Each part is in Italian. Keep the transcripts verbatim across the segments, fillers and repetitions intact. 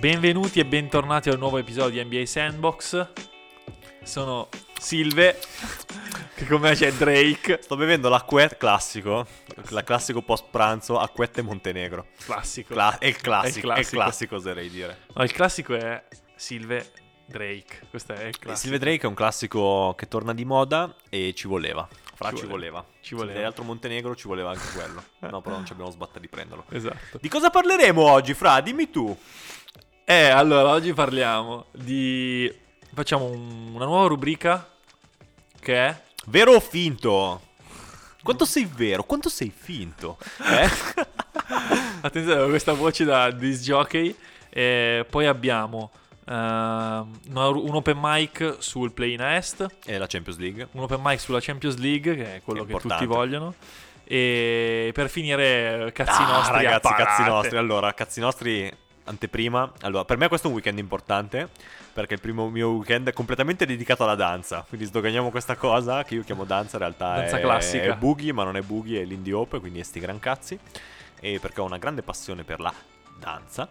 Benvenuti e bentornati a un nuovo episodio di N B A Sandbox. Sono Silve, che con me c'è Drake. Sto bevendo l'acquette classico, la classico post pranzo, acquette Montenegro. Classico. Cla- è il classico, È è il il classico. classico, oserei dire. No, il classico è Silve Drake. Questo è il classico. Silve Drake è un classico che torna di moda e ci voleva. Fra ci, Ci voleva. voleva. Ci voleva. Se l'altro Montenegro ci voleva anche quello. No, però non ci abbiamo sbatta di prenderlo. Esatto. Di cosa parleremo oggi, Fra? Dimmi tu. Eh, allora, oggi parliamo di... Facciamo un- una nuova rubrica che è... Vero o finto? Quanto sei vero? Quanto sei finto? Eh? Attenzione a questa voce da disc jockey. E poi abbiamo ehm, una- un open mic sul Play-in Est, E la Champions League. un open mic sulla Champions League, che è quello Che che, è tutti importante. vogliono. E per finire, cazzi Ah, nostri. ragazzi, a cazzi parate. nostri. Allora, cazzi nostri, anteprima. Allora, per me questo è un weekend importante, perché il primo mio weekend è completamente dedicato alla danza. Quindi sdoganiamo questa cosa, che io chiamo danza, in realtà Danza è, classica. è boogie, ma non è boogie, è l'indie hop, quindi è sti gran cazzi. E perché ho una grande passione per la danza.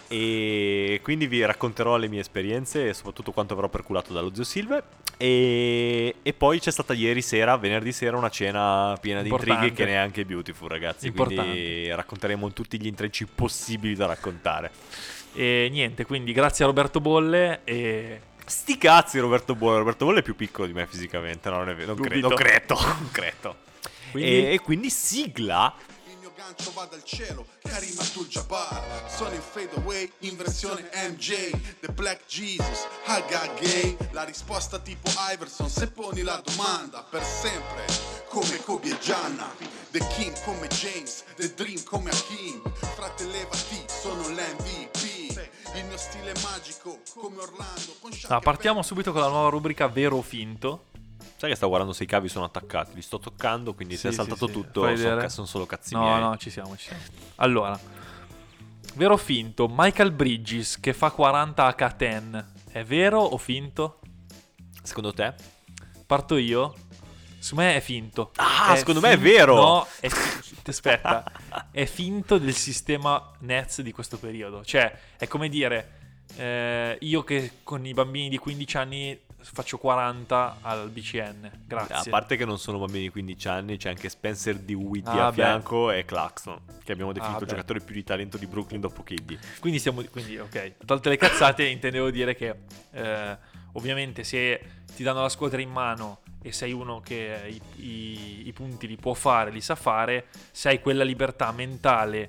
E quindi vi racconterò le mie esperienze e soprattutto quanto avrò perculato dallo zio Silve. E, e poi c'è stata ieri sera, venerdì sera, una cena piena di Importante. intrighi che neanche Beautiful, ragazzi. Importante. Quindi racconteremo tutti gli intrecci possibili da raccontare. E niente, quindi grazie a Roberto Bolle e... Sti cazzi, Roberto Bolle. Roberto Bolle è più piccolo di me fisicamente. No, non è vero. Non credo. Dubito. Non credo. Non credo. Quindi? E, e quindi sigla. Il mio gancio va dal cielo, Karim Abdul-Jabbar. Sono in fade away, in versione M J. The Black Jesus, Haga Gay. La risposta tipo Iverson, se poni la domanda. Per sempre, come Kobe e Gianna. The King come James, The Dream come Hakim. Frate levati, sono l'M V P. Il mio stile è magico, come Orlando. Con Shaq No, e partiamo Penn. subito con la nuova rubrica Vero o Finto. Sai che stavo guardando se i cavi sono attaccati. Li sto toccando, quindi se è Sì, saltato sì, sì. tutto Fai sono, vedere. ca- sono solo cazzi No, miei. no, ci siamo, ci siamo. Allora, vero o finto? Michael Bridges che fa quaranta H dieci. È vero o finto? Secondo te? Parto io. Su me è finto. Ah, secondo me è vero. No, è fi- aspetta. È finto del sistema Nets di questo periodo. Cioè, è come dire, eh, io che con i bambini di quindici anni faccio quaranta al B C N. Grazie. A parte che non sono bambini di quindici anni, c'è anche Spencer Dinwiddie Ah, a beh. fianco e Claxton, che abbiamo definito Ah, il beh. giocatore più di talento di Brooklyn dopo K D. Quindi stiamo quindi ok, tolte le cazzate intendevo dire che eh, ovviamente se ti danno la squadra in mano e sei uno che i, i- i punti li può fare, li sa fare, se hai quella libertà mentale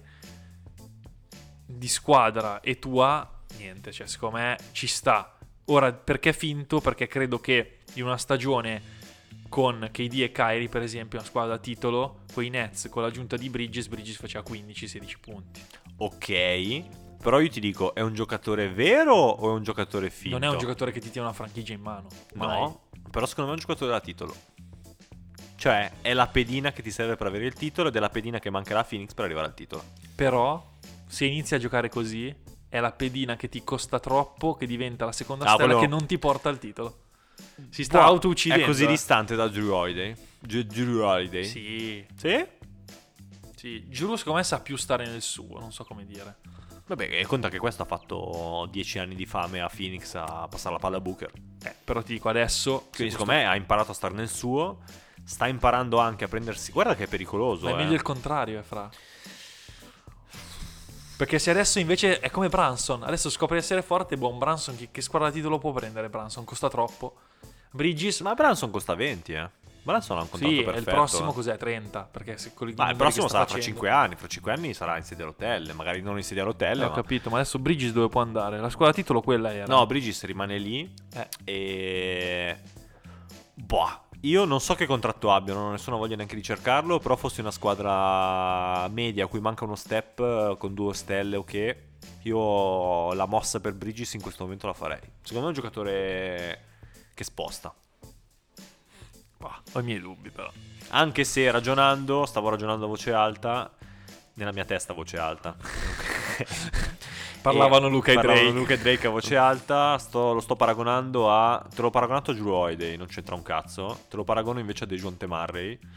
di squadra e tua, niente, cioè secondo me ci sta. Ora, perché è finto? Perché credo che in una stagione con K D e Kyrie, per esempio, una squadra da titolo, con i Nets, con l'aggiunta di Bridges, Bridges faceva quindici sedici punti. Ok, però io ti dico, è un giocatore vero o è un giocatore finto? Non è un giocatore che ti tiene una franchigia in mano. mai. No, però secondo me è un giocatore da titolo. Cioè, è la pedina che ti serve per avere il titolo ed è la pedina che mancherà a Phoenix per arrivare al titolo. Però, se inizi a giocare così, è la pedina che ti costa troppo, che diventa la seconda Ah, stella quello- che non ti porta al titolo. Si sta Boh, auto-uccidendo. È così eh. distante da Drew Holiday? Gi- Drew Holiday? Sì, Sì? sì. Giuro, secondo me sa più stare nel suo, non so come dire. Vabbè, e conta che questo ha fatto dieci anni di fame a Phoenix a passare la palla a Booker. Eh, però ti dico adesso... Quindi secondo me ha imparato a stare nel suo. Sta imparando anche a prendersi. Guarda che è pericoloso. Ma è eh. meglio il contrario, eh, fra. Perché se adesso invece è come Branson, adesso scopre di essere forte, buon Branson, che, che squadra da titolo può prendere Branson? Costa troppo. Bridges, Ma Branson costa venti, eh. Branson ha un contratto sì, e perfetto. il prossimo eh. cos'è? trenta, perché se con i Ma il numeri prossimo che sta sarà fra facendo- cinque anni. Fra cinque anni sarà in sedia a rotelle. Magari non in sedia a rotelle. Eh, ho ma... capito, ma adesso Bridges dove può andare? La squadra da titolo quella era. No, Bridges rimane lì. Eh. E. Boh. Io non so che contratto abbia, non ho nessuna voglia neanche di cercarlo. Però fossi una squadra media a cui manca uno step eh, con due stelle o che, io la mossa per Bridges in questo momento la farei. Secondo me è un giocatore che sposta. Bah, ho i miei dubbi però. Anche se ragionando, stavo ragionando a voce alta, nella mia testa a voce alta. Parlavano Luca e parlavano Drake. Luca e Drake a voce alta. sto- Lo sto paragonando a. Te l'ho paragonato a Drew Holiday, non c'entra un cazzo. Te lo paragono invece a Dejounte Murray,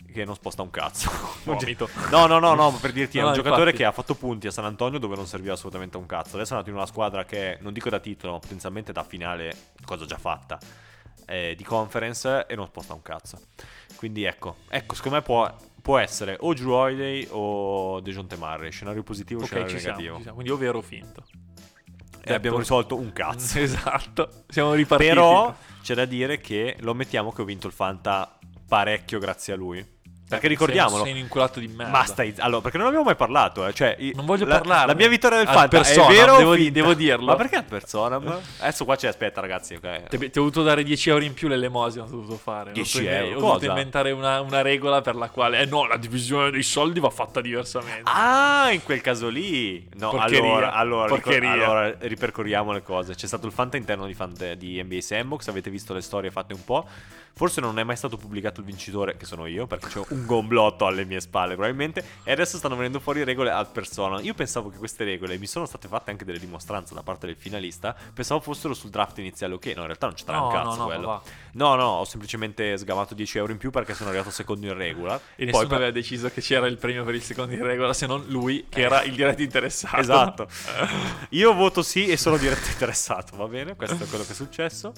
che non sposta un cazzo. Vomito. No, no, no, no, per dirti, è No, un giocatore infatti. che ha fatto punti a San Antonio dove non serviva assolutamente un cazzo. Adesso è andato in una squadra che, non dico da titolo, ma potenzialmente da finale, cosa già fatta, eh, di conference, e non sposta un cazzo. Quindi ecco, ecco, secondo me può, può essere o Drew Holiday o DeJounte Murray, scenario positivo o Ok, scenario ci siamo, negativo. ci siamo. Quindi o vero o finto. E abbiamo risolto un cazzo. Esatto, siamo ripartiti. Però c'è da dire che lo mettiamo che ho vinto il Fanta parecchio grazie a lui. Perché ricordiamolo. Sei un inculato di merda. Ma stai. Allora, perché non abbiamo mai parlato, eh. Cioè, i- Non voglio la, parlare. La mia vittoria del Ad Fanta persona, è vero o devo, di- finta? devo dirlo. Ma perché ad persona? Adesso qua c'è, aspetta, ragazzi. Ok. Ti, ti ho dovuto dare dieci euro in più l'elemosina, ho dovuto fare. dieci Ho dovuto- euro? Ho dovuto Cosa? inventare una, una regola per la quale, eh no, la divisione dei soldi va fatta diversamente. Ah, in quel caso lì. No, Porcheria. allora, allora, Porcheria. ricor- allora ripercorriamo le cose. C'è stato il Fanta interno di, Fanta, di N B A Sandbox. Avete visto le storie fatte un po'. Forse non è mai stato pubblicato il vincitore, che sono io, perché c'ho un gomblotto alle mie spalle probabilmente. E adesso stanno venendo fuori regole ad persona. Io pensavo che queste regole, mi sono state fatte anche delle dimostranze da parte del finalista, pensavo fossero sul draft iniziale. Ok, no, in realtà non c'è No, un cazzo no, no, quello. va. No, no, ho semplicemente sgamato dieci euro in più perché sono arrivato secondo in regola. E Poi nessuno per- aveva deciso che c'era il premio per il secondo in regola, se non lui, che era il diretto interessato. Esatto. Io voto sì e sono diretto interessato, va bene? Questo è quello che è successo.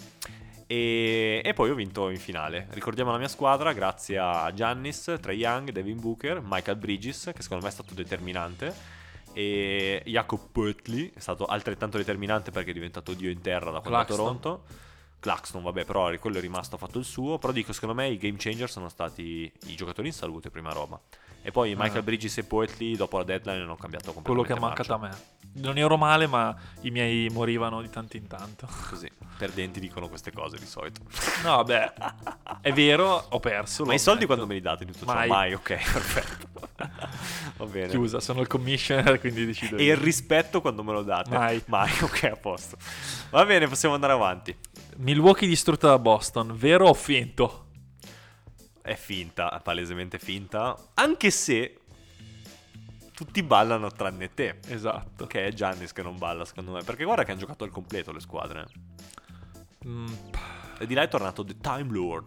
E, e poi ho vinto in finale. Ricordiamo la mia squadra grazie a Giannis, Trae Young, Devin Booker, Michael Bridges, che secondo me è stato determinante, e Jakob Poeltl è stato altrettanto determinante perché è diventato dio in terra da quando a Claxton. Toronto. Claxton, vabbè, però quello è rimasto, ha fatto il suo. Però dico, secondo me i game changer sono stati i giocatori in salute, prima roba. E poi Michael Ah. Bridges e Poeltl dopo la deadline hanno cambiato Quello completamente che è mancato marcia. a me. Non ero male, ma i miei morivano di tanto in tanto. Così, perdenti dicono queste cose di solito. No, vabbè, è vero, ho perso. Ma lo i soldi ammetto. quando me li date di tutto ciò? Mai. Mai, ok, perfetto. Va bene. Chiusa, sono il commissioner, quindi decido E io. il rispetto quando me lo date? Mai. Mai, ok, a posto. Va bene, possiamo andare avanti. Milwaukee distrutta da Boston, vero o finto? È finta, palesemente finta. Anche se tutti ballano tranne te. Esatto. Che è Giannis che non balla, secondo me. Perché guarda che hanno giocato al completo le squadre. Mm, E di là è tornato The Time Lord.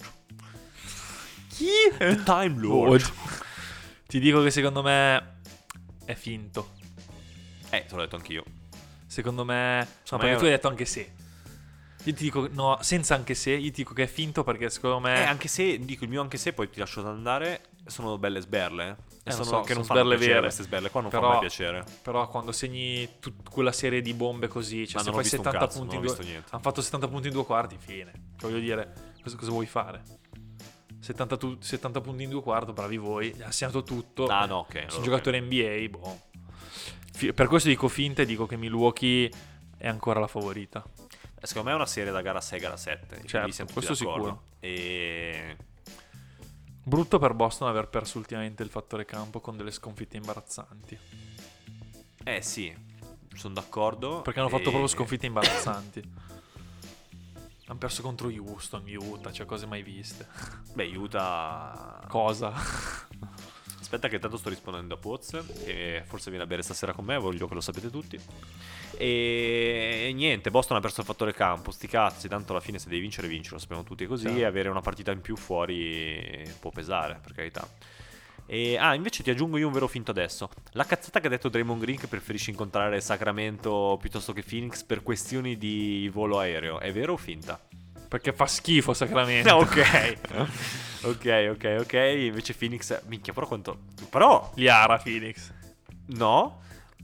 Chi? The Time Lord. Ti dico che secondo me è finto. Eh, te l'ho detto anch'io. Secondo me... No, Secondo perché me- tu hai detto anche se. Io ti dico, no, senza anche se, io ti dico che è finto perché secondo me... Eh, anche se, dico il mio anche se, poi ti lascio andare, sono belle sberle. eh. Eh, sono, lo so, che non sono fanno sberle piacere vere. queste sberle qua, non Però- fanno mai piacere. Però quando segni tut- quella serie di bombe così, cioè Ma se non ho fai visto un settanta cazzo, punti non in ho due... visto niente. Hanno fatto settanta punti in due quarti, fine. Cioè, voglio dire, cosa, cosa vuoi fare? settanta, tu- settanta punti in due quarti, bravi voi, ha segnato tutto. Ah, no, ok. Sono allora, giocatori N B A, boh. Fi- Per questo dico finta e dico che Milwaukee è ancora la favorita. ok. Secondo me è una serie da gara sei, gara sette. Certo, quindi siamo tutti questo d'accordo. sicuro. E... Brutto per Boston aver perso ultimamente il fattore campo con delle sconfitte imbarazzanti. Eh sì, sono d'accordo. Perché hanno fatto e- proprio sconfitte imbarazzanti. Hanno perso contro Houston, Utah, cioè cose mai viste. Beh, Utah... Cosa? Aspetta che tanto sto rispondendo a Poz, che forse viene a bere stasera con me, voglio che lo sapete tutti. E niente, Boston ha perso il fattore campo, sti cazzi, tanto alla fine se devi vincere vinci, lo sappiamo tutti così, Certo. e avere una partita in più fuori può pesare, per carità. E, ah, invece ti aggiungo io un vero finto adesso. La cazzata che ha detto Draymond Green che preferisce incontrare Sacramento piuttosto che Phoenix per questioni di volo aereo, è vero o finta? Perché fa schifo Sacramento. No, ok. ok, ok, ok. Invece Phoenix, minchia, però quanto... Però, Liara Phoenix. no.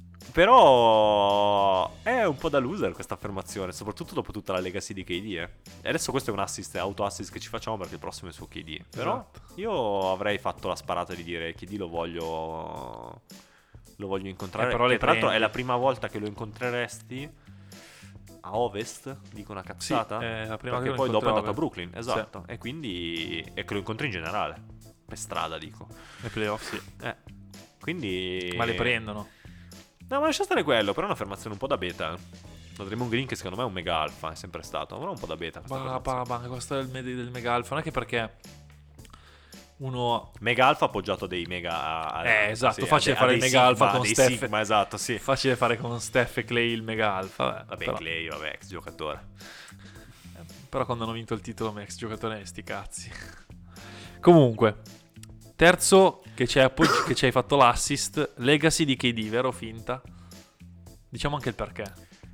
Però è un po' da loser questa affermazione, soprattutto dopo tutta la legacy di K D. Eh. E adesso questo è un assist, auto assist che ci facciamo perché il prossimo è su K D. Però Esatto. io avrei fatto la sparata di dire K D lo voglio lo voglio incontrare. Eh, però le che tra l'altro prendi. è la prima volta che lo incontreresti a Ovest, dico una cazzata. Sì, è la prima perché che lo poi dopo è incontri a andato a Ovest. Brooklyn, esatto. E quindi e che lo incontri in generale, per strada dico. Nei playoff sì. Eh. Quindi Ma le prendono. No, ma lascia stare quello, però è un'affermazione un po' da beta. Lo Draymond Green che secondo me è un mega alfa, è sempre stato, ma è un po' da beta questa Bah, affermazione. bah, bah, questo è il med- del mega alfa. Non è che perché uno... Mega alfa appoggiato a dei mega a- Eh, esatto, sì, facile a fare dei il mega Sigma, alfa con dei Steph. Sigma, esatto, sì. Facile fare con Steph e Clay il mega alfa. Vabbè, Vabbè, però, Clay, vabbè, ex giocatore. però quando hanno vinto il titolo come ex giocatore sti cazzi. Comunque, Terzo, che ci hai, appoggi- che ci hai fatto l'assist, legacy di K D, vero o finta? Diciamo anche il perché.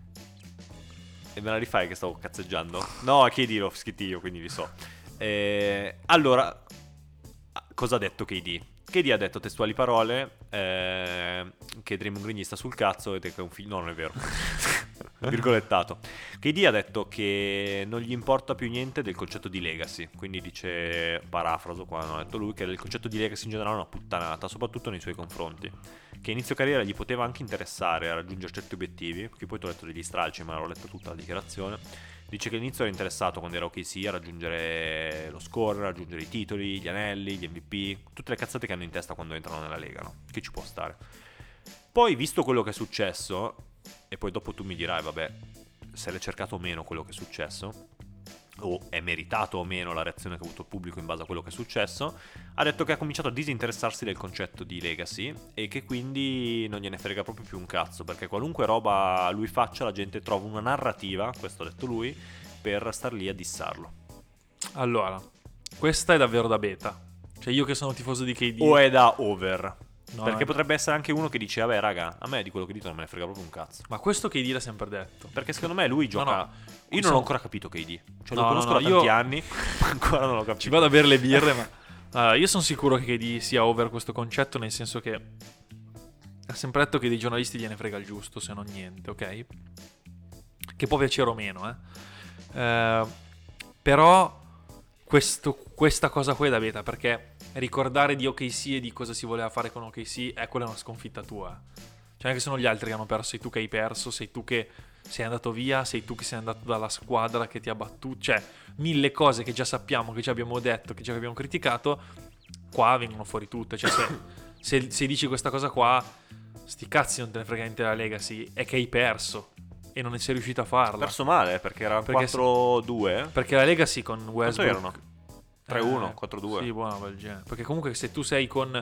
E me la rifai che stavo cazzeggiando? No, K D l'ho scritti io, quindi li so. Eh, allora, cosa ha detto K D? K D ha detto testuali parole eh, che Draymond Green gli sta sul cazzo ed è che è un figlio... No, non è vero. Virgolettato. K D ha detto che non gli importa più niente del concetto di legacy. Quindi dice, parafraso qua, non ha detto lui, che il concetto di legacy in generale è una puttanata, soprattutto nei suoi confronti. Che inizio carriera gli poteva anche interessare a raggiungere certi obiettivi, che poi ti ho letto degli stralci, ma l'ho letta tutta la dichiarazione. Dice che all'inizio era interessato quando era O K C a raggiungere lo score, a raggiungere i titoli, gli anelli, gli M V P, tutte le cazzate che hanno in testa quando entrano nella Lega, no? Che ci può stare. Poi, visto quello che è successo, e poi dopo tu mi dirai, vabbè, se l'è cercato o meno quello che è successo, o è meritato o meno la reazione che ha avuto il pubblico in base a quello che è successo, ha detto che ha cominciato a disinteressarsi del concetto di legacy e che quindi non gliene frega proprio più un cazzo, perché qualunque roba lui faccia la gente trova una narrativa, questo ha detto lui, per star lì a dissarlo. Allora, questa è davvero da beta. Cioè io che sono tifoso di K D... O è da over. No, perché no. potrebbe essere anche uno che dice, vabbè raga, a me di quello che dito non me ne frega proprio un cazzo. Ma questo K D l'ha sempre detto. Perché secondo me lui gioca... No, no. Io non Siamo- ho ancora capito K D. Cioè No, lo conosco no, no, da tanti io- anni, ma ancora non l'ho capito. Ci vado a bere le birre, ma... Allora, io sono sicuro che K D sia over questo concetto, nel senso che... Ha sempre detto che dei giornalisti gliene frega il giusto, se non niente, ok? Che può piacere o meno, eh. Eh, però... Questo, questa cosa qua è da beta, perché ricordare di O K C e di cosa si voleva fare con O K C, è quella è una sconfitta tua. Cioè non è che sono gli altri che hanno perso, sei tu che hai perso, sei tu che sei andato via, sei tu che sei andato dalla squadra che ti ha battuto, cioè mille cose che già sappiamo, che già abbiamo detto, che già abbiamo criticato, qua vengono fuori tutte. Cioè se, se, se dici questa cosa qua, sti cazzi non te ne frega niente della Legacy, è che hai perso e non sei riuscito a farla. Perso male, perché era Perché quattro due. Perché la Legacy con Quanto Westbrook erano? tre uno, eh, quattro due. Sì, buona del genere. Perché comunque se tu sei con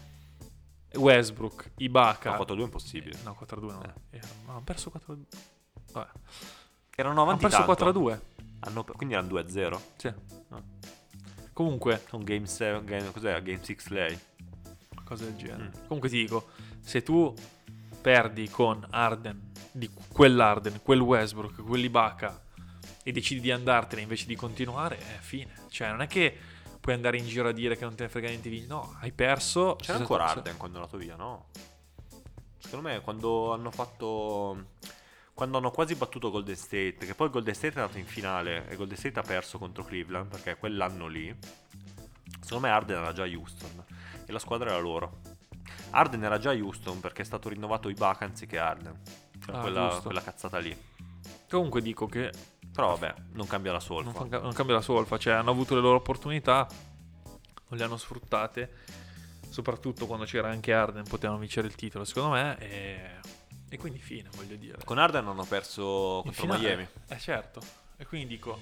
Westbrook, Ibaka... No, quattro due è impossibile. No, quattro a due no. Eh. Era- no, hanno perso quattro a due. Vabbè. Erano Hanno avanti perso tanto. quattro a due. Hanno- quindi erano due a zero. Sì. Ah. Comunque, Un game sei, game, cos'era? Game sei lei. cose del genere. Mm. Comunque ti dico, se tu perdi con Harden, di quell'Harden, quel Westbrook, quell'Ibaka e decidi di andartene invece di continuare, è fine. Cioè, non è che puoi andare in giro a dire che non te ne frega niente di... No, hai perso. C'era sei ancora stato- Harden quando è andato via, no? Secondo me quando hanno fatto... Quando hanno quasi battuto Golden State, che poi Golden State è andato in finale e Golden State ha perso contro Cleveland, perché quell'anno lì, secondo me Harden era già a Houston e la squadra era loro. Harden era già a Houston perché è stato rinnovato Ibaka anziché Harden. Cioè, Ah, quella, giusto. quella cazzata lì. Comunque dico che Però vabbè, non cambia la solfa. non, fa- non cambia la solfa, cioè hanno avuto le loro opportunità, non le hanno sfruttate, soprattutto quando c'era anche Harden, potevano vincere il titolo secondo me, e, e quindi fine, voglio dire. Con Harden hanno perso In contro finale, Miami. Eh certo, e quindi dico,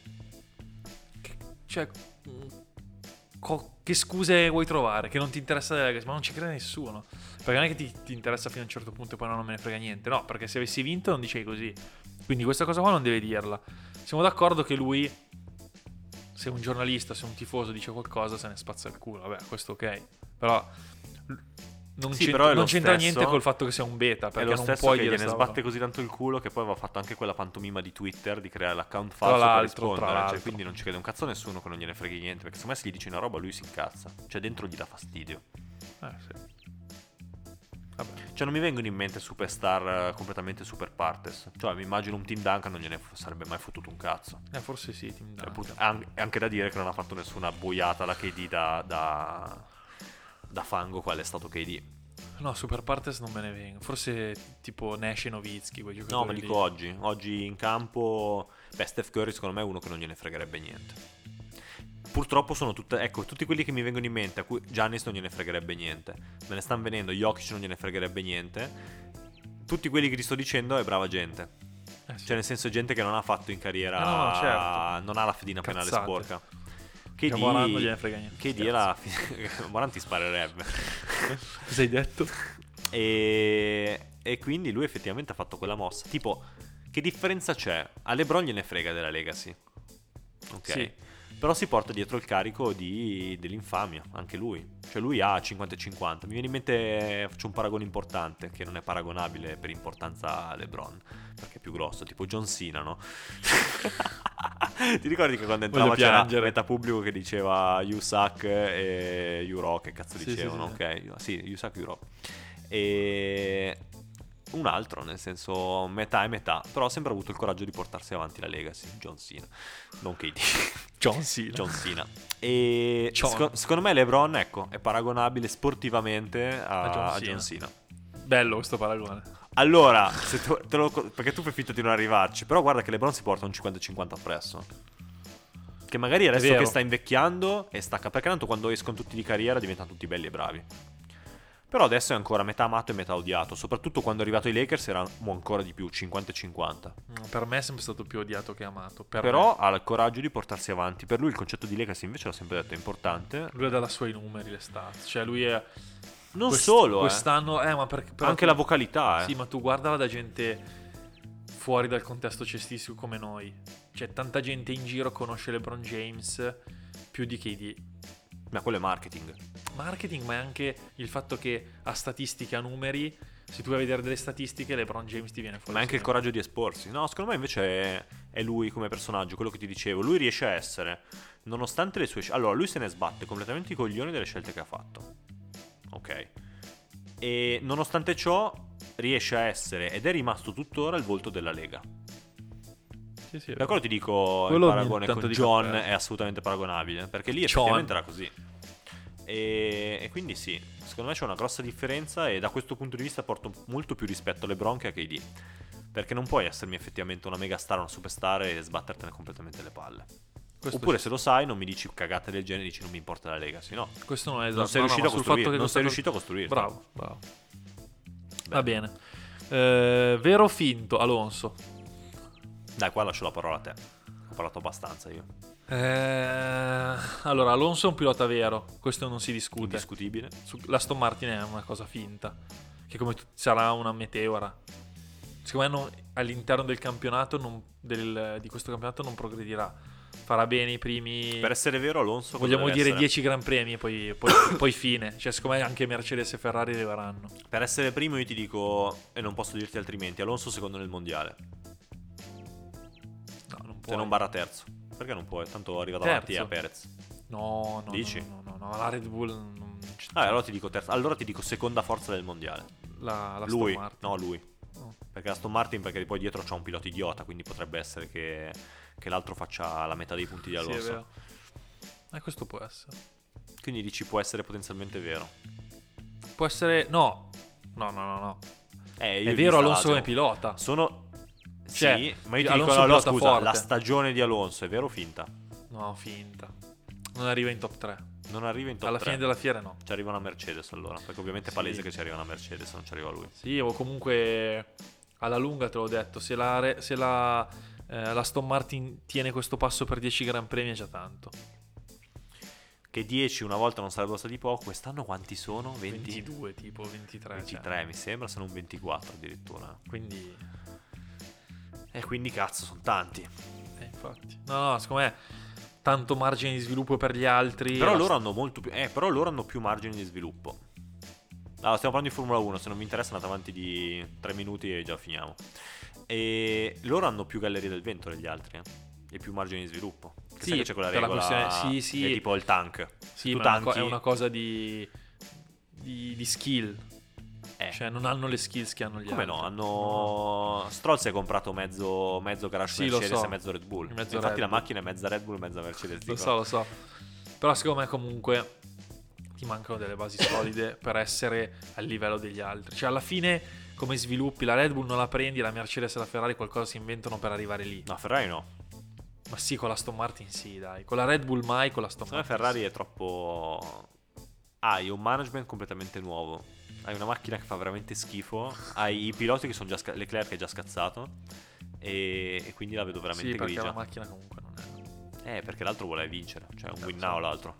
che, cioè, mh, co- che scuse vuoi trovare? Che non ti interessa della Legacy? Ma non ci crede nessuno, perché non è che ti, ti interessa fino a un certo punto e poi non me ne frega niente, no, perché se avessi vinto non dicevi così. Quindi questa cosa qua non deve dirla. Siamo d'accordo che lui, se un giornalista, se un tifoso dice qualcosa, se ne spazza il culo. Vabbè, questo ok. Però non, Sì, c'entra, però è non lo c'entra stesso- niente col fatto che sia un beta. È Perché lo non stesso puoi che dire gliene sta sbatte roba. così tanto il culo che poi aveva fatto anche quella pantomima di Twitter di creare l'account falso Tra per l'altro, rispondere. tra Cioè, l'altro. quindi non ci crede un cazzo nessuno che non gliene freghi niente. Perché secondo me se gli dici una roba lui si incazza. Cioè dentro gli dà fastidio. Eh, sì. Vabbè. Cioè non mi vengono in mente superstar eh, completamente super partes. Cioè mi immagino un Tim Duncan non gliene f- sarebbe mai fottuto un cazzo. Eh, forse sì, Tim Cioè, Duncan. put- an- è anche da dire che non ha fatto nessuna boiata la K D da, da, da fango quale è stato K D. No, Super Partes non me ne vengo. Forse tipo Nash e Nowitzki, quei giocatori No, ma lì. dico oggi. Oggi in campo, beh, Steph Curry secondo me è uno che non gliene fregherebbe niente. Purtroppo sono tutte, ecco, tutti quelli che mi vengono in mente, a cui Giannis non gliene fregherebbe niente. Me ne stanno venendo, Jokic non gliene fregherebbe niente. Tutti quelli che ti sto dicendo è brava gente. Eh, sì. Cioè nel senso gente che non ha fatto in carriera, Eh, no, no, certo. non ha la fedina penale Cazzate. sporca. Che K D, Moran non gliene frega niente. K D è la Moran ti sparerebbe. Cosa hai detto? E, e quindi lui effettivamente ha fatto quella mossa. Tipo, che differenza c'è? A LeBron gliene frega della Legacy. Ok. Sì. però si porta dietro il carico di, dell'infamia, anche lui. Cioè lui ha cinquanta e cinquanta. Mi viene in mente, faccio un paragone importante, che non è paragonabile per importanza a LeBron, perché è più grosso, tipo John Cena, no? Ti ricordi che quando entrava Voglio c'era piangere. metà pubblico che diceva you suck e you rock, che cazzo Sì, dicevano, sì, sì. ok? Sì, you suck, you rock. E un altro, nel senso metà e metà, però ha sempre avuto il coraggio di portarsi avanti la legacy. John Cena, non K D. John Cena. John Cena. E John. seco- secondo me LeBron, ecco, è paragonabile sportivamente a, A John a Cena. John Cena. Bello questo paragone. Allora, se tu- te lo- perché tu fai finta di non arrivarci, però guarda che LeBron si porta un cinquanta e cinquanta appresso. Che magari adesso vero. che sta invecchiando e stacca, perché tanto quando escono tutti di carriera diventano tutti belli e bravi. Però adesso è ancora metà amato e metà odiato. Soprattutto quando è arrivato ai Lakers era ancora di più, cinquanta e cinquanta. Mm, Per me è sempre stato più odiato che amato. Per Però ha il coraggio di portarsi avanti. Per lui il concetto di Lakers invece l'ho sempre detto è importante. me. Lui ha dalla sua i numeri, le stats. Cioè lui è... Non quest- solo, eh. Quest'anno... Eh, ma perché... però Anche tu- la vocalità, eh. Sì, ma tu guardala da gente fuori dal contesto cestistico come noi. Cioè, tanta gente in giro conosce LeBron James più di K D. Ma quello è marketing. Marketing, ma è anche il fatto che a statistiche, a numeri, se tu vai a vedere delle statistiche, LeBron James ti viene fuori. Ma anche il sempre. coraggio di esporsi. No, secondo me invece è, è lui come personaggio, quello che ti dicevo. Lui riesce a essere, nonostante le sue scelte. Allora, lui se ne sbatte completamente i coglioni delle scelte che ha fatto. Ok. E nonostante ciò, riesce a essere, ed è rimasto tuttora, il volto della Lega. Sì, sì, è Per vero. quello ti dico, Quello il paragone mi- tanto con di John cappello. è assolutamente paragonabile. Perché lì John. effettivamente era così. E, e quindi sì, secondo me c'è una grossa differenza e da questo punto di vista porto molto più rispetto a LeBron che a K D. Perché non puoi essermi effettivamente una mega star, una superstar e sbattertene completamente le palle. Questo Oppure sì. se lo sai non mi dici cagate del genere, dici non mi importa la Legacy, no? Questo non è esatto. Non sei No, no, riuscito, a, ma sul costruire, fatto che non sei questa riuscito a costruire. cosa- Bravo, bravo. Va bene. Eh, vero o finto, Alonso? Dai, qua lascio la parola a te. Ho parlato abbastanza io. Eh, allora, Alonso è un pilota vero, questo non si discute. Indiscutibile. Su- L'Aston Martin è una cosa finta, che come tu- sarà una meteora. Secondo me non- all'interno del campionato, non- del- di questo campionato non progredirà. Farà bene i primi... Per essere vero, Alonso. cosa Vogliamo deve dire essere? dieci Gran Premi e poi, poi, poi fine. Cioè, secondo me anche Mercedes e Ferrari arriveranno. Per essere primo, io ti dico, e non posso dirti altrimenti, Alonso secondo nel mondiale. No, non può. Se non barra terzo. Perché non puoi? Tanto arriva davanti Terzo. a Perez. No, no, Dici? no, no, no, no, la Red Bull non c- Ah, allora ti dico terzo. Allora ti dico seconda forza del mondiale. la, la lui, Aston Martin. no, lui. No. Perché Aston Martin, perché poi dietro c'ha un pilota idiota, quindi potrebbe essere che, che l'altro faccia la metà dei punti di Sì, è Alonso. vero. Eh, questo può essere. Quindi dici può essere potenzialmente vero. Può essere... No, no, no, no, no. Eh, io È ho vero visto Alonso l'Aston. come pilota. Sono... Cioè, sì, ma io ti Alonso dico, allora, pilota scusa, forte. la stagione di Alonso è vero o finta? No, finta. Non arriva in top tre. Non arriva in top Alla tre. fine della fiera no. Ci arriva una Mercedes allora, perché ovviamente è Sì. palese che ci arriva una Mercedes, non ci arriva lui. Sì, o comunque alla lunga te l'ho detto, se la, re- se la, eh, la Aston Martin tiene questo passo per dieci Gran Premi è già tanto. Che dieci una volta non sarebbero stati poco, quest'anno quanti sono? venti? ventidue tipo, ventitré. ventitré cioè. mi sembra, se non ventiquattro addirittura. Quindi, E quindi cazzo, sono tanti. eh, infatti. No, no, secondo me tanto margine di sviluppo per gli altri. Però La- loro hanno molto più eh, però loro hanno più margini di sviluppo. Allora, stiamo parlando di Formula uno, se non vi interessa andate avanti di tre minuti e già finiamo. E loro hanno più gallerie del vento degli altri, eh. E più margini di sviluppo. Che Sì, sai che c'è quella per la regola, questione- sì, sì. è tipo il tank. Sì, tu ma è una, co- tanchi, è una cosa di, di, di skill. eh. Cioè, non hanno le skills che hanno gli Come altri. no? Hanno. Stroll si è comprato mezzo, mezzo garage Sì, lo Mercedes so. e mezzo Red Bull. Mezzo Infatti Red la Bull. macchina è mezza Red Bull, mezza Mercedes. Lo dico. so, lo so. Però secondo me comunque ti mancano delle basi solide per essere al livello degli altri. Cioè alla fine come sviluppi la Red Bull non la prendi, la Mercedes e la Ferrari qualcosa si inventano per arrivare lì. No, Ferrari no. Ma sì, con la Aston Martin sì, dai. Con la Red Bull mai, con la Aston Secondo me Martin. Ferrari è troppo. Hai un management completamente nuovo. Hai una macchina che fa veramente schifo. Hai i piloti che sono già sca- Leclerc che è già scazzato. E, e quindi la vedo sì. veramente Sì, perché grigia. la macchina comunque non è. Eh, perché l'altro vuole vincere. Cioè, un Cazzo. win now l'altro.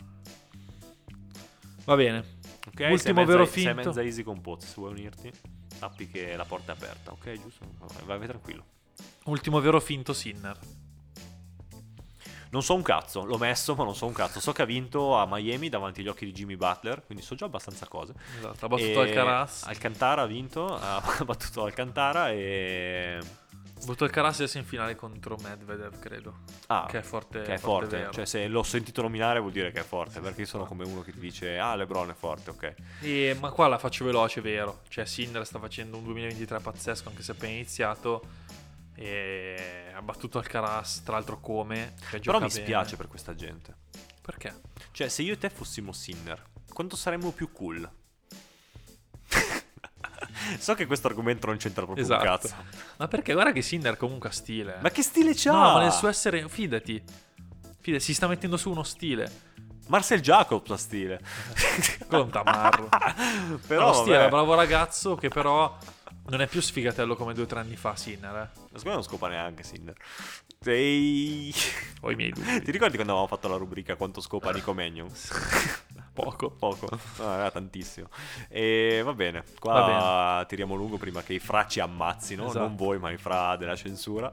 Va bene. Ok, sei Ultimo mezza, vero sei finto. mezza easy con Pozzi. Se vuoi unirti, sappi che la porta è aperta. Ok, giusto? Vai, vai tranquillo. Ultimo vero finto Sinner. Non so un cazzo, l'ho messo, ma non so un cazzo. So che ha vinto a Miami davanti agli occhi di Jimmy Butler, quindi so già abbastanza cose. Esatto, ha battuto Alcaraz. Alcantara ha vinto, ha battuto Alcantara e... Ha battuto Alcaraz adesso in finale contro Medvedev, credo. Ah, che è forte. che è forte, forte. Cioè, se l'ho sentito nominare vuol dire che è forte, perché io sono come uno che ti dice ah, LeBron è forte, ok. E, ma qua la faccio veloce, vero. Cioè Sinner sta facendo un duemilaventitré pazzesco, anche se è appena iniziato. E ha battuto Alcaraz, tra l'altro come. Cioè, Però mi bene. spiace per questa gente. Perché? Cioè, se io e te fossimo Sinner, quanto saremmo più cool? So che questo argomento non c'entra proprio Esatto. un cazzo. Ma perché guarda che Sinner comunque ha stile. Ma che stile c'ha? No, ma nel suo essere, fidati. Fidati, si sta mettendo su uno stile. Marcel Jacobs ha stile. Quello un tamarro. Però Però stile, vabbè. è un bravo ragazzo che però non è più sfigatello come due o tre anni fa Sinner, eh. Secondo me non scopa neanche Sinner. Sei... Ho i miei dubbi. Ti ricordi quando avevamo fatto la rubrica quanto scopa Nico Magnon? Poco. Poco. No, era tantissimo. E va bene. Qua Va bene. tiriamo lungo prima che i fra ci ammazzino. Esatto. Non voi, ma i fra della censura.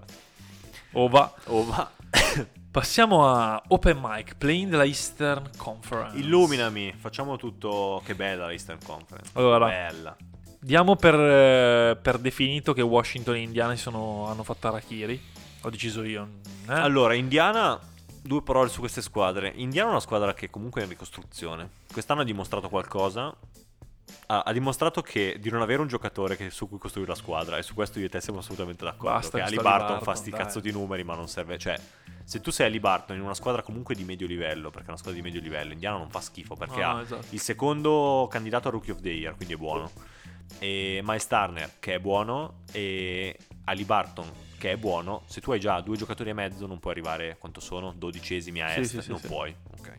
Ova. Oh, va. Passiamo a Open Mic, play-in della Eastern Conference. Illuminami. Facciamo tutto. Che bella la Eastern Conference. Allora. Bella. Diamo per, eh, per definito che Washington e Indiana si sono, hanno fatto Arachiri. Ho deciso io. Eh? Allora, Indiana, due parole su queste squadre. Indiana è una squadra che comunque è in ricostruzione. Quest'anno ha dimostrato qualcosa. Ha, ha dimostrato che di non avere un giocatore che, su cui costruire la squadra. E su questo io e te siamo assolutamente d'accordo. Basta che che Ali sta Barton, Barton, fa sti dai. cazzo di numeri, ma non serve. Cioè, se tu sei Ali Barton in una squadra comunque di medio livello, perché è una squadra di medio livello, Indiana non fa schifo perché No, ha no, esatto. il secondo candidato a Rookie of the Year, quindi è buono. E Miles Turner che è buono e Ali Barton che è buono. Se tu hai già due giocatori e mezzo non puoi arrivare, quanto sono? Dodicesimi a Sì, est, sì, sì, non sì. puoi. Ok.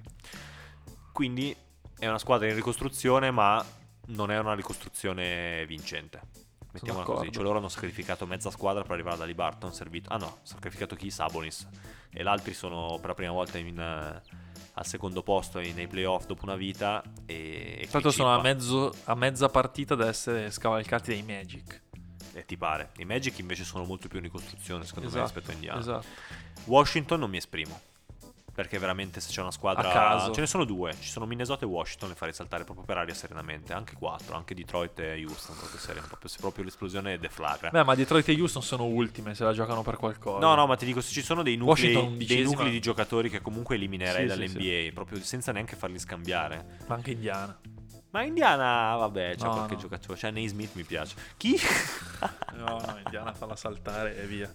Quindi è una squadra in ricostruzione, ma non è una ricostruzione vincente. Mettiamola così. d'accordo. Cioè loro hanno sacrificato mezza squadra per arrivare ad Ali Barton, servito... Ah no, sacrificato chi? Sabonis. E l'altri sono per la prima volta in, eh, al secondo posto in- nei playoff dopo una vita. E, e Tra l'altro chi sono a, chippa? mezzo, a mezza partita da essere scavalcati dai Magic. E ti pare. I Magic invece sono molto più in ricostruzione secondo me Esatto, rispetto a Indiana. esatto. Washington non mi esprimo. Perché veramente se c'è una squadra... A caso. Ce ne sono due. Ci sono Minnesota e Washington, le farei saltare proprio per aria serenamente. Anche quattro, anche Detroit e Houston, proprio sereno. Proprio, se proprio l'esplosione deflagra. Beh, ma Detroit e Houston sono ultime, se la giocano per qualcosa. No, no, ma ti dico, se ci sono dei nuclei, Washington dei undicesima. nuclei di giocatori che comunque eliminerei Sì, dall'N B A, sì, proprio senza neanche farli scambiare. Ma anche Indiana. Ma Indiana, vabbè, c'è No, qualche no. giocatore. Cioè, Naismith mi piace. Chi? No, no, Indiana farla saltare e via.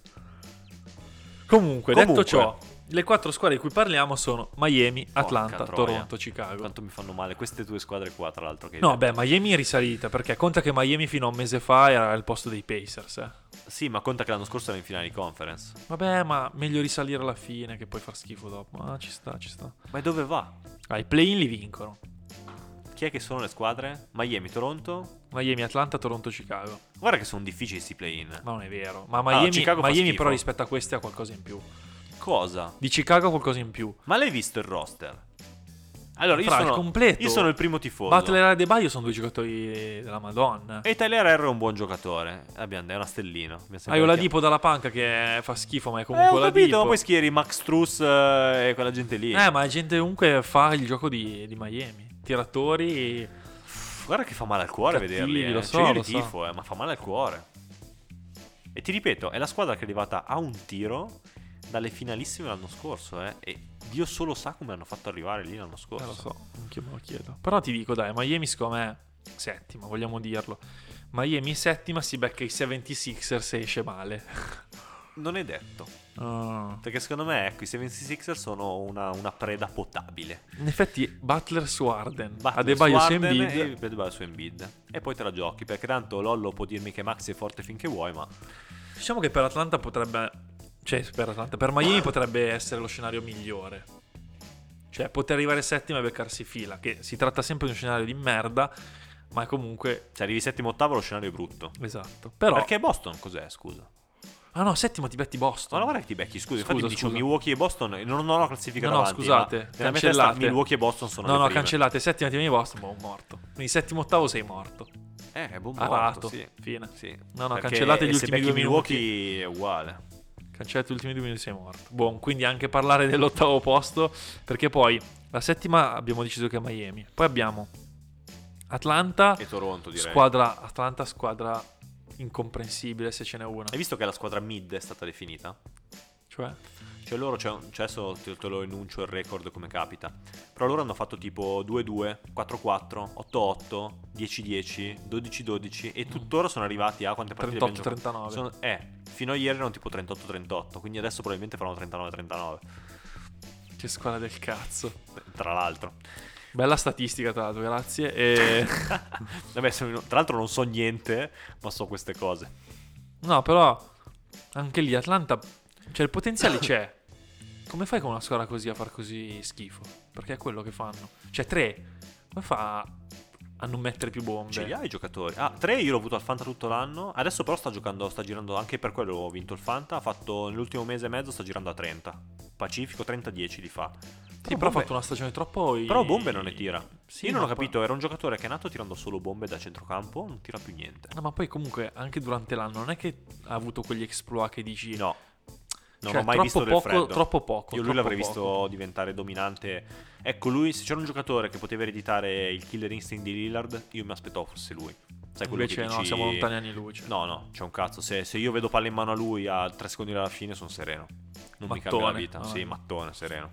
Comunque, Comunque. detto ciò, le quattro squadre di cui parliamo sono Miami, Atlanta, Porca troia. Toronto, Chicago. Quanto mi fanno male queste due squadre qua, tra l'altro. Che hai No, detto. beh, Miami è risalita, perché conta che Miami fino a un mese fa era al posto dei Pacers, eh. Sì, ma conta che l'anno scorso era in finale di conference. Vabbè, ma meglio risalire alla fine che poi far schifo dopo. Ma ci sta, ci sta. Ma dove va? Ah, i play-in li vincono. Chi è che sono le squadre? Miami, Toronto? Miami, Atlanta, Toronto, Chicago. Guarda che sono difficili sti play-in. Ma non è vero. Ma Miami, Chicago fa Miami schifo. però rispetto a questi ha qualcosa in più. Cosa? Di Chicago ha qualcosa in più. Ma l'hai visto il roster? Allora, io Fra, il sono, completo. io sono il primo tifoso. Butler e Adebayo sono due giocatori della Madonna. E Tyler Herro è un buon giocatore. Abbiamo, è una stellina. Abbiamo sempre Hai chiam- Oladipo dalla panca che fa schifo, ma è Eh, comunque ho capito, Oladipo. ma poi schieri Max Truss eh, e quella gente lì. Eh, ma la gente comunque fa il gioco di, di Miami. Tiratori. Guarda che fa male al cuore Cattivi, vederli. Eh. lo Cioè, so, io lo li so. tifo, eh, ma fa male al cuore. E ti ripeto, è la squadra che è arrivata a un tiro dalle finalissime l'anno scorso, eh. E Dio solo sa come hanno fatto arrivare lì l'anno scorso. Eh, lo so, anche me lo chiedo. Però ti dico, dai, Miami secondo me settima, vogliamo dirlo. Miami settima si becca i settantasei e esce male. Non è detto. Ah. Perché secondo me, ecco, i settantasei sono una, una preda potabile. In effetti Butler su Harden, Butler Adebayo su su Harden Embiid. e Adebayo su Embiid. E poi te la giochi, perché tanto Lollo può dirmi che Maxi è forte finché vuoi, ma... Diciamo che per Atlanta potrebbe, cioè per Atlanta, per Miami potrebbe essere lo scenario migliore. Cioè poter arrivare settima e beccarsi fila, che si tratta sempre di un scenario di merda, ma è comunque Se arrivi settimo ottavo lo scenario è brutto. esatto. Però Perché Boston cos'è, scusa? ah no, settimo ti betti Boston. Ma guarda che ti becchi, scusa, Scusa, infatti mi dicevo scusa. Milwaukee e Boston, non, non ho la classifica No, no, davanti, scusate, ma nella mia cancellate. testa Milwaukee e Boston sono No, le no, prime. cancellate, settima ti vieni Boston, boh, morto. Quindi settimo ottavo sei morto. Eh, è buon Arato, morto, sì. fine. Sì. No, no, Perché cancellate gli se ultimi becchi due minuti. Milwaukee è uguale. Cancelletti gli ultimi due minuti sei morto. Buon, quindi anche parlare dell'ottavo posto, perché poi la settima abbiamo deciso che è Miami. Poi abbiamo Atlanta E Toronto, direi. Squadra Atlanta, squadra incomprensibile se ce n'è una. Hai visto che la squadra mid è stata definita? Cioè, Cioè loro, c'è, cioè adesso te, te lo enuncio il record come capita. Però loro hanno fatto tipo due due, quattro quattro, otto otto, dieci dieci, dodici dodici e tuttora sono arrivati a quante partite abbiamo trentotto giocato? trentanove. Sono, eh, fino a ieri erano tipo trentotto trentotto, quindi adesso probabilmente faranno trentanove trentanove, Che squadra del cazzo. tra l'altro. Bella statistica tra l'altro, grazie. E... Vabbè, se- tra l'altro non so niente, ma so queste cose. no, però anche lì Atlanta, cioè il potenziale c'è. Come fai con una squadra così a far così schifo? Perché è quello che fanno. Cioè tre, come fa a non mettere più bombe? Ce li ha i giocatori. Ah, tre io l'ho avuto al Fanta tutto l'anno. Adesso però sta giocando, sta girando, anche per quello ho vinto il Fanta. Ha fatto nell'ultimo mese e mezzo, sta girando a trenta. Pacifico trenta dieci li fa. Sì, però ha fatto una stagione troppo... Però bombe non ne tira. Sì, io non ma ho capito, poi- era un giocatore che è nato tirando solo bombe da centrocampo, non tira più niente. No, ma poi comunque anche durante l'anno non è che ha avuto quegli exploit che dici... No. Non Cioè, ho mai troppo visto del poco, freddo. troppo poco. Io lui troppo l'avrei poco. visto diventare dominante. Ecco, lui, se c'era un giocatore che poteva ereditare il killer instinct di Lillard, io mi aspettavo fosse lui. Sai quello Invece che no, dici... siamo lontani anni luce. No, no, c'è un cazzo. Se, se io vedo palla in mano a lui a tre secondi dalla fine, sono sereno. Non mi cambia la Mattone. vita. Ah. Sì, mattone, sereno.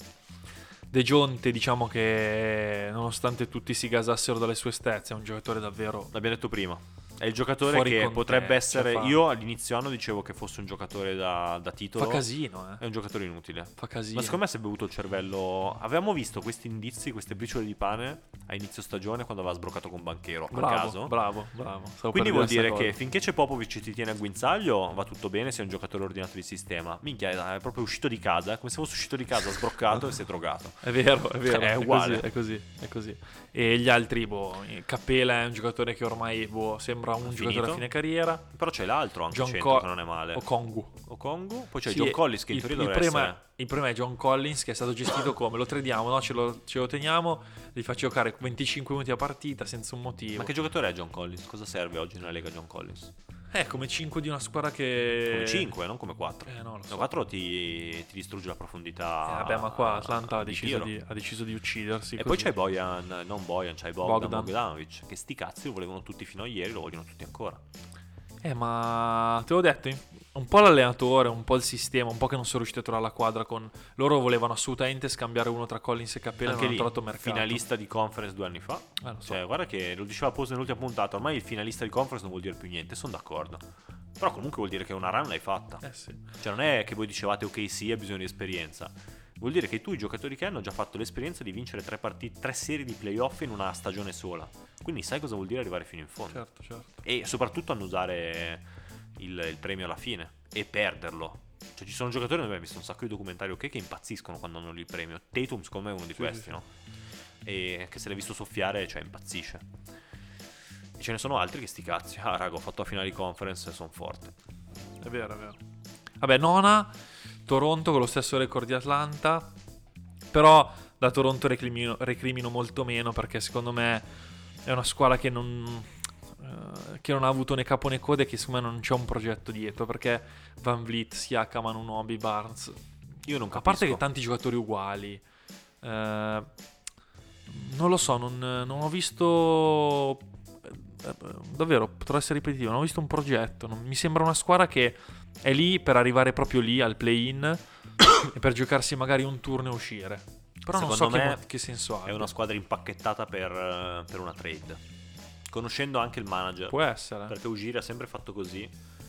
De Jonte, diciamo che nonostante tutti si gasassero dalle sue stezze, è un giocatore davvero... L'abbiamo detto prima. È il giocatore Fuori che contesto, potrebbe essere. fa- Io all'inizio anno dicevo che fosse un giocatore da, da titolo. Fa casino, È eh. un giocatore inutile. Fa casino. Ma secondo me si è bevuto il cervello. Avevamo visto questi indizi, queste briciole di pane a inizio stagione quando aveva sbroccato con Banchero. A Bravo, caso. bravo, bravo. Stavo Quindi per vuol dire dire sta che cosa. finché c'è Popovic e ti tiene a guinzaglio va tutto bene, sei un giocatore ordinato di sistema. Minchia, è proprio uscito di casa, è come se fosse uscito di casa, sbroccato e si è drogato. È vero, è vero. È uguale. Così, è così, è così. E gli altri, boh, Capela è un giocatore che ormai boh, sembra un Finito. giocatore a fine carriera. Però c'è l'altro anche John centro Co- che non è male. O Kongu. O Kongu. Poi c'è Sì, John Collins che in il, teoria il dovrebbe problema, essere. il problema è John Collins che è stato gestito come lo tradiamo, no? ce, lo, ce lo teniamo, gli faccio giocare venticinque minuti a partita senza un motivo. Ma che giocatore è John Collins? Cosa serve oggi nella Lega John Collins? È come cinque di una squadra che... Come cinque, non come quattro. Eh, no, lo so. No, quattro ti, ti distrugge la profondità. Eh, vabbè, ma qua Atlanta ha di deciso tiro. di, ha deciso di uccidersi. E così. poi c'hai Bojan, non Bojan, c'hai Bogdan, Bogdan. Bogdanovic. Che sti cazzi lo volevano tutti fino a ieri, lo vogliono tutti ancora. Eh, ma te l'ho detto, un po' l'allenatore, un po' il sistema, un po' che non sono riusciti a trovare la quadra con... Loro volevano assolutamente scambiare uno tra Collins e Capella, Anche non lì, hanno trovato mercato. finalista di conference due anni fa. Eh, lo so. Cioè, guarda che lo diceva Pose nell'ultima puntata, ormai il finalista di conference non vuol dire più niente, sono d'accordo. Però comunque vuol dire che una run l'hai fatta. Eh sì. Cioè non è che voi dicevate ok sì, ha bisogno di esperienza. Vuol dire che tu, i giocatori che hanno già fatto l'esperienza di vincere tre partite, tre serie di playoff in una stagione sola. Quindi sai cosa vuol dire arrivare fino in fondo. Certo, certo. E soprattutto annusare il, il premio alla fine e perderlo. Cioè ci sono giocatori, noi abbiamo visto un sacco di documentari ok che impazziscono quando hanno il premio. Tatum secondo me è uno di Sì, questi, sì, sì. no? E che se l'hai visto soffiare, cioè impazzisce. E ce ne sono altri che sti cazzi. Ah raga, ho fatto la finale di conference e sono forte. È vero, è vero. Vabbè, nona, Toronto con lo stesso record di Atlanta. Però da Toronto recrimino, recrimino molto meno perché secondo me è una squadra che non, eh, che non ha avuto né capo né coda e che secondo me non c'è un progetto dietro. Perché Van Vliet, Siakam, Anunoby, Barnes... Io non A capisco. parte che tanti giocatori uguali, eh, non lo so, non, non ho visto, eh, davvero, potrà essere ripetitivo, non ho visto un progetto, non- mi sembra una squadra che è lì per arrivare proprio lì al play-in e per giocarsi magari un turno e uscire. Però non so Secondo che, me mo- che senso ha. È una squadra impacchettata per, eh, per una trade. Conoscendo anche il manager. Può essere. Perché Ujiri ha sempre fatto così.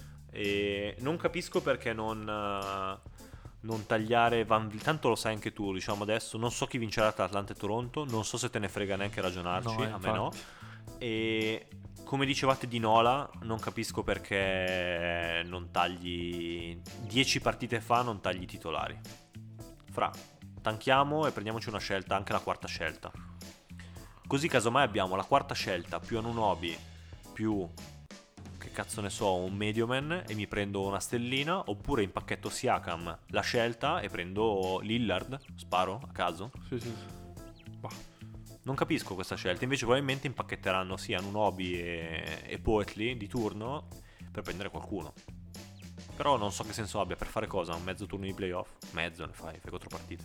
E non capisco perché non, eh, non tagliare Van Vliet. Tanto lo sai anche tu, diciamo adesso. Non so chi vincerà tra Atlanta e Toronto. Non so se te ne frega neanche ragionarci. No, eh, a me no. infatti. E come dicevate di Nola, non capisco perché non tagli dieci partite fa, non tagli i titolari. Fra, tanchiamo e prendiamoci una scelta, anche la quarta scelta. Così casomai abbiamo la quarta scelta più Anunoby più, che cazzo ne so, un Medioman e mi prendo una stellina, oppure impacchetto Siakam la scelta e prendo Lillard, sparo a caso. Sì, sì, sì. Bah. Non capisco questa scelta, invece probabilmente impacchetteranno sia Anunoby e, e Poetly di turno per prendere qualcuno. Però non so che senso abbia, per fare cosa? Un mezzo turno di playoff? Mezzo ne fai, fai quattro partite.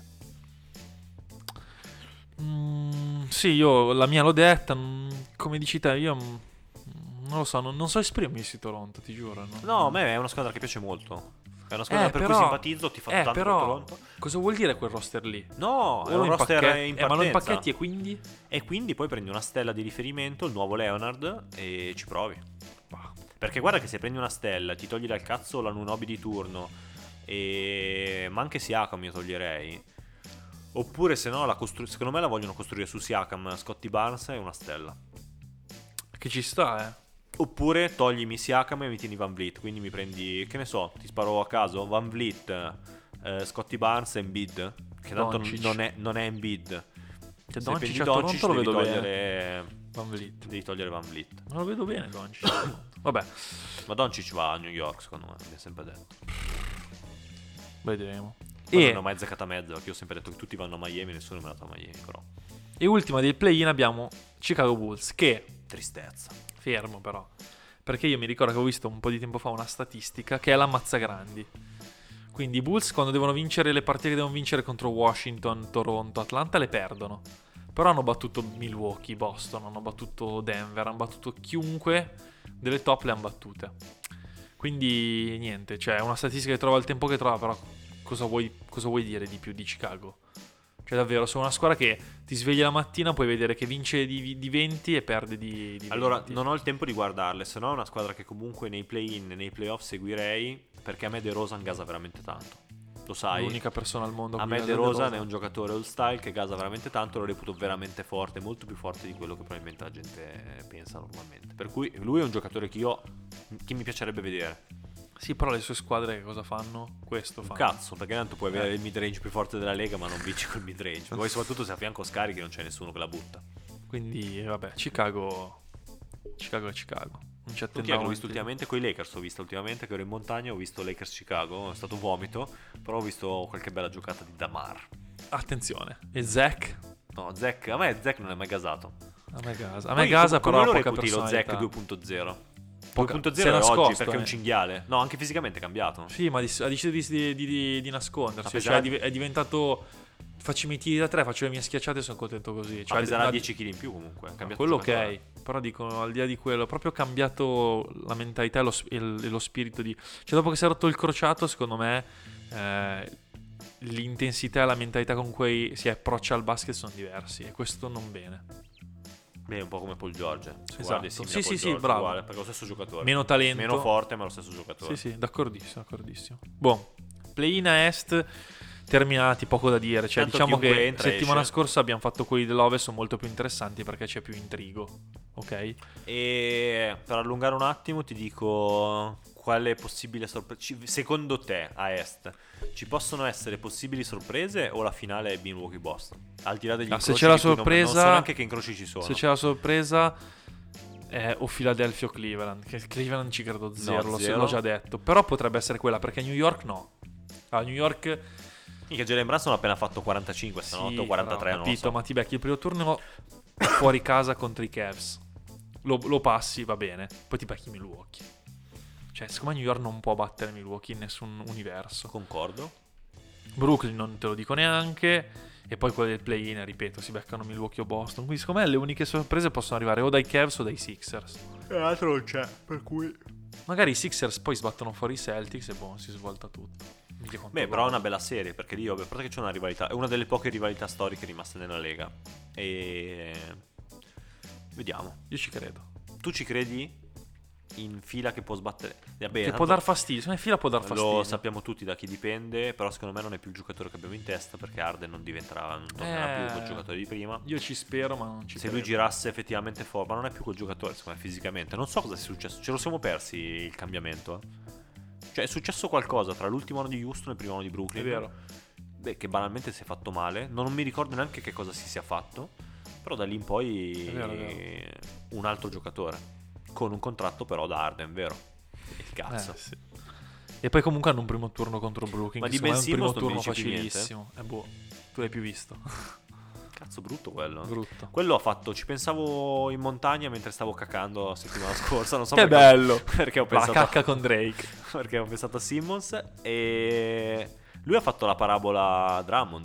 Mm, sì, io la mia l'ho detta, mm, come dici te, io mm, non lo so, non, non so esprimermi su Toronto, ti giuro. No, No, a me è una squadra che piace molto. È una squadra Eh, per però- cui simpatizzo, ti fa Eh, tanto però, per Toronto. cosa vuol dire quel roster lì? No, è O lo un roster impacchetti- in eh, ma lo partenza. impacchetti e quindi? E quindi poi prendi una stella di riferimento, il nuovo Leonard, e ci provi. Bah. Perché guarda che se prendi una stella, ti togli dal cazzo la Nunobi di turno, e... ma anche Siakam io toglierei. Oppure se no, la costru- secondo me la vogliono costruire su Siakam, Scotty Barnes e una stella. Che ci sta, eh. Oppure toglimi Siakam e mi tieni Van Vliet. Quindi mi prendi, che ne so, ti sparo a caso Van Vliet, eh, Scotty Barnes e Embiid. Che tanto non, Doncic. non è, non è Embiid. Cioè, Se Doncic prendi a Doncic Toronto lo devi vedo bene. togliere, Van Vliet. devi togliere Van Vliet. Non lo vedo bene, Doncic. Vabbè, Ma Doncic va a New York, secondo me, mi ha sempre detto. vedremo. Poi E, non ho mai azzeccato a mezzo, perché io ho sempre detto che tutti vanno a Miami, nessuno è andato a Miami, però. e ultima del play-in abbiamo Chicago Bulls, che, Tristezza. fermo però, perché io mi ricordo che ho visto un po' di tempo fa una statistica che è l'ammazzagrandi. Quindi i Bulls quando devono vincere le partite che devono vincere contro Washington, Toronto, Atlanta le perdono. Però hanno battuto Milwaukee, Boston, hanno battuto Denver, hanno battuto chiunque delle top le hanno battute. Quindi niente, cioè è una statistica che trova il tempo che trova, però cosa vuoi, cosa vuoi dire di più di Chicago? Cioè davvero, sono una squadra che ti svegli la mattina, puoi vedere che vince di, di venti e perde di, di Allora, venti. non ho il tempo di guardarle, se no è una squadra che comunque nei play-in e nei playoff seguirei, perché a me De Rosan gasa veramente tanto. Lo sai? L'unica persona al mondo A cui me gasa De De Rosan Rosan. è un giocatore all style che gasa veramente tanto, lo reputo veramente forte, molto più forte di quello che probabilmente la gente pensa normalmente. Per cui lui è un giocatore che io che mi piacerebbe vedere. Sì, però le sue squadre che cosa fanno? Questo Un fanno. cazzo, perché tanto puoi avere Eh. il mid range più forte della lega, ma non vinci col mid range. Poi soprattutto se a fianco scarichi non c'è nessuno che la butta. Quindi, eh, vabbè, Chicago. Chicago è Chicago. Non c'è Tu chi è che ho visto ultimamente? Con i Lakers ho visto ultimamente che ero in montagna, ho visto Lakers Chicago, è stato vomito, però ho visto qualche bella giocata di Damar. Attenzione. E Zach? No, Zach, a me Zach non è mai gasato. A me gasa. A Poi me gasa, come però lo ha poca reputi lo personalità. Zach due punto zero? Poca- due punto si è zero è oggi nascosto, perché è un eh. cinghiale. No, anche fisicamente è cambiato. Sì, ma di- ha deciso di, di, di, di nascondersi. Ma Cioè, è, peserà- div- è diventato. Faccio i miei tiri da tre, faccio le mie schiacciate e sono contento così. Cioè, Cioè, peserà la- dieci chili in più comunque. Ha ma cambiato quello giocatore. ok. Però dico, al di là di quello, ha proprio cambiato la mentalità e lo, sp- e il- e lo spirito di. Cioè, dopo che si è rotto il crociato, secondo me. Eh, l'intensità e la mentalità con cui si approccia al basket sono diversi. E questo non bene. Beh, è un po' come Paul George. Se Esatto. guardi, simile Sì, a Paul sì, sì, George, bravo. uguale, perché è lo stesso giocatore. Meno talento. Meno forte, ma lo stesso giocatore. Sì, sì, d'accordissimo, d'accordissimo. Buon, play-in a est terminati, poco da dire. Cioè, Tanto diciamo chiunque che entra, settimana esce. scorsa abbiamo fatto quelli dell'Ovest, sono molto più interessanti perché c'è più intrigo. Ok? E per allungare un attimo ti dico quale possibile sorpresa. Secondo te a est ci possono essere possibili sorprese o la finale è Milwaukee-Boston? Al di là degli Ah, se incroci c'è la di cui non- sorpresa- non so neanche che incroci ci sono. Se c'è la sorpresa, è o Philadelphia o Cleveland. Che Cleveland ci credo zero, l'ho- zero. l'ho già detto. Però potrebbe essere quella perché New York no. A New York. Mica Jalen Brunson ha appena fatto quarantacinque stanotte Sì, o quarantatré, però, non lo capito, so. ma ti becchi il primo turno fuori casa contro i Cavs. Lo, lo passi, va bene. Poi ti becchi Milwaukee. Cioè, secondo me New York non può battere Milwaukee in nessun universo. Concordo. Brooklyn non te lo dico neanche. E poi quelli del play-in, ripeto, si beccano Milwaukee o Boston. Quindi secondo me le uniche sorprese possono arrivare o dai Cavs o dai Sixers. E l'altro non c'è, per cui... Magari i Sixers poi sbattono fuori i Celtics e boh, si svolta tutto. Minchia quanto Beh, però è gol. una bella serie, perché lì, ovvio, a parte che c'è una rivalità, è una delle poche rivalità storiche rimaste nella Lega. E... vediamo. Io ci credo. Tu ci credi in fila che può sbattere? Vabbè, Che tanto può dar fastidio. Secondo me fila può dar fastidio. lo sappiamo tutti da chi dipende, però secondo me non è più il giocatore che abbiamo in testa, perché Harden non diventerà, non tornerà Eh, più quel giocatore di prima. Io ci spero, ma non ci Se credo. lui girasse effettivamente forte, ma non è più quel giocatore, secondo me, fisicamente. Non so cosa sia successo, ce lo siamo persi il cambiamento. eh. Cioè, è successo qualcosa tra l'ultimo anno di Houston e il primo anno di Brooklyn. È vero. Beh, che banalmente si è fatto male. Non mi ricordo neanche che cosa si sia fatto. Però da lì in poi È vero, è vero. un altro giocatore. Con un contratto però da Harden, vero? Il cazzo. Eh, sì. E poi comunque hanno un primo turno contro Brooklyn. Ma che di secondo me Ben è un primo Simmons non turno mi dici più niente? facilissimo. Eh boh, tu l'hai più visto. Cazzo, brutto quello. Brutto. Quello ha fatto, ci pensavo in montagna mentre stavo cacando la settimana scorsa. Non so Che perché, bello. Perché ho La pensato cacca con Drake. perché ho pensato a Simmons. E lui ha fatto la parabola Drummond.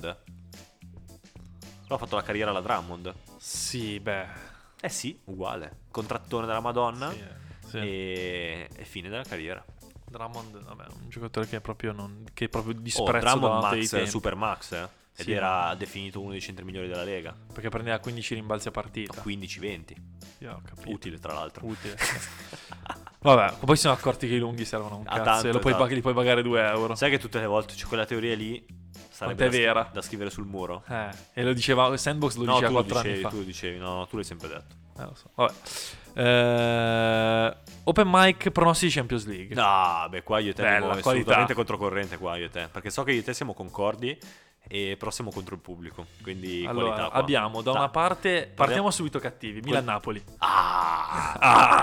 Lui ha fatto la carriera alla Drummond. Sì, beh. Eh sì, uguale. Contrattone della Madonna. Sì, sì. E... e fine della carriera. Drummond, vabbè, un giocatore che è proprio non che è proprio Oh, disprezzo Drummond davanti ai Max, tempi. Super Max, eh? Ed Sì, era ma- definito uno dei centri migliori della Lega. Perché prendeva quindici rimbalzi a partita. quindici venti. Io ho capito. Utile, tra l'altro. Utile. Vabbè, poi si sono accorti che i lunghi servono un Ah, cazzo tanto, e lo puoi, esatto. pag- li puoi pagare due euro. Sai che tutte le volte c'è quella teoria lì sarebbe Quanto è da, scri- vera? da scrivere sul muro. Eh, e lo diceva Sandbox lo No, diceva tu lo quattro anni dicevi, fa. tu lo dicevi, no, no, tu l'hai sempre detto. Eh, lo so. Vabbè. Eh, open mic pronostici Champions League. No, beh, qua io e te Bella, andiamo qualità. assolutamente controcorrente qua io e te, perché so che io e te siamo concordi e però siamo contro il pubblico, quindi Allora, qualità qua. abbiamo da Dai. una parte, partiamo subito cattivi, Milan-Napoli. Ah,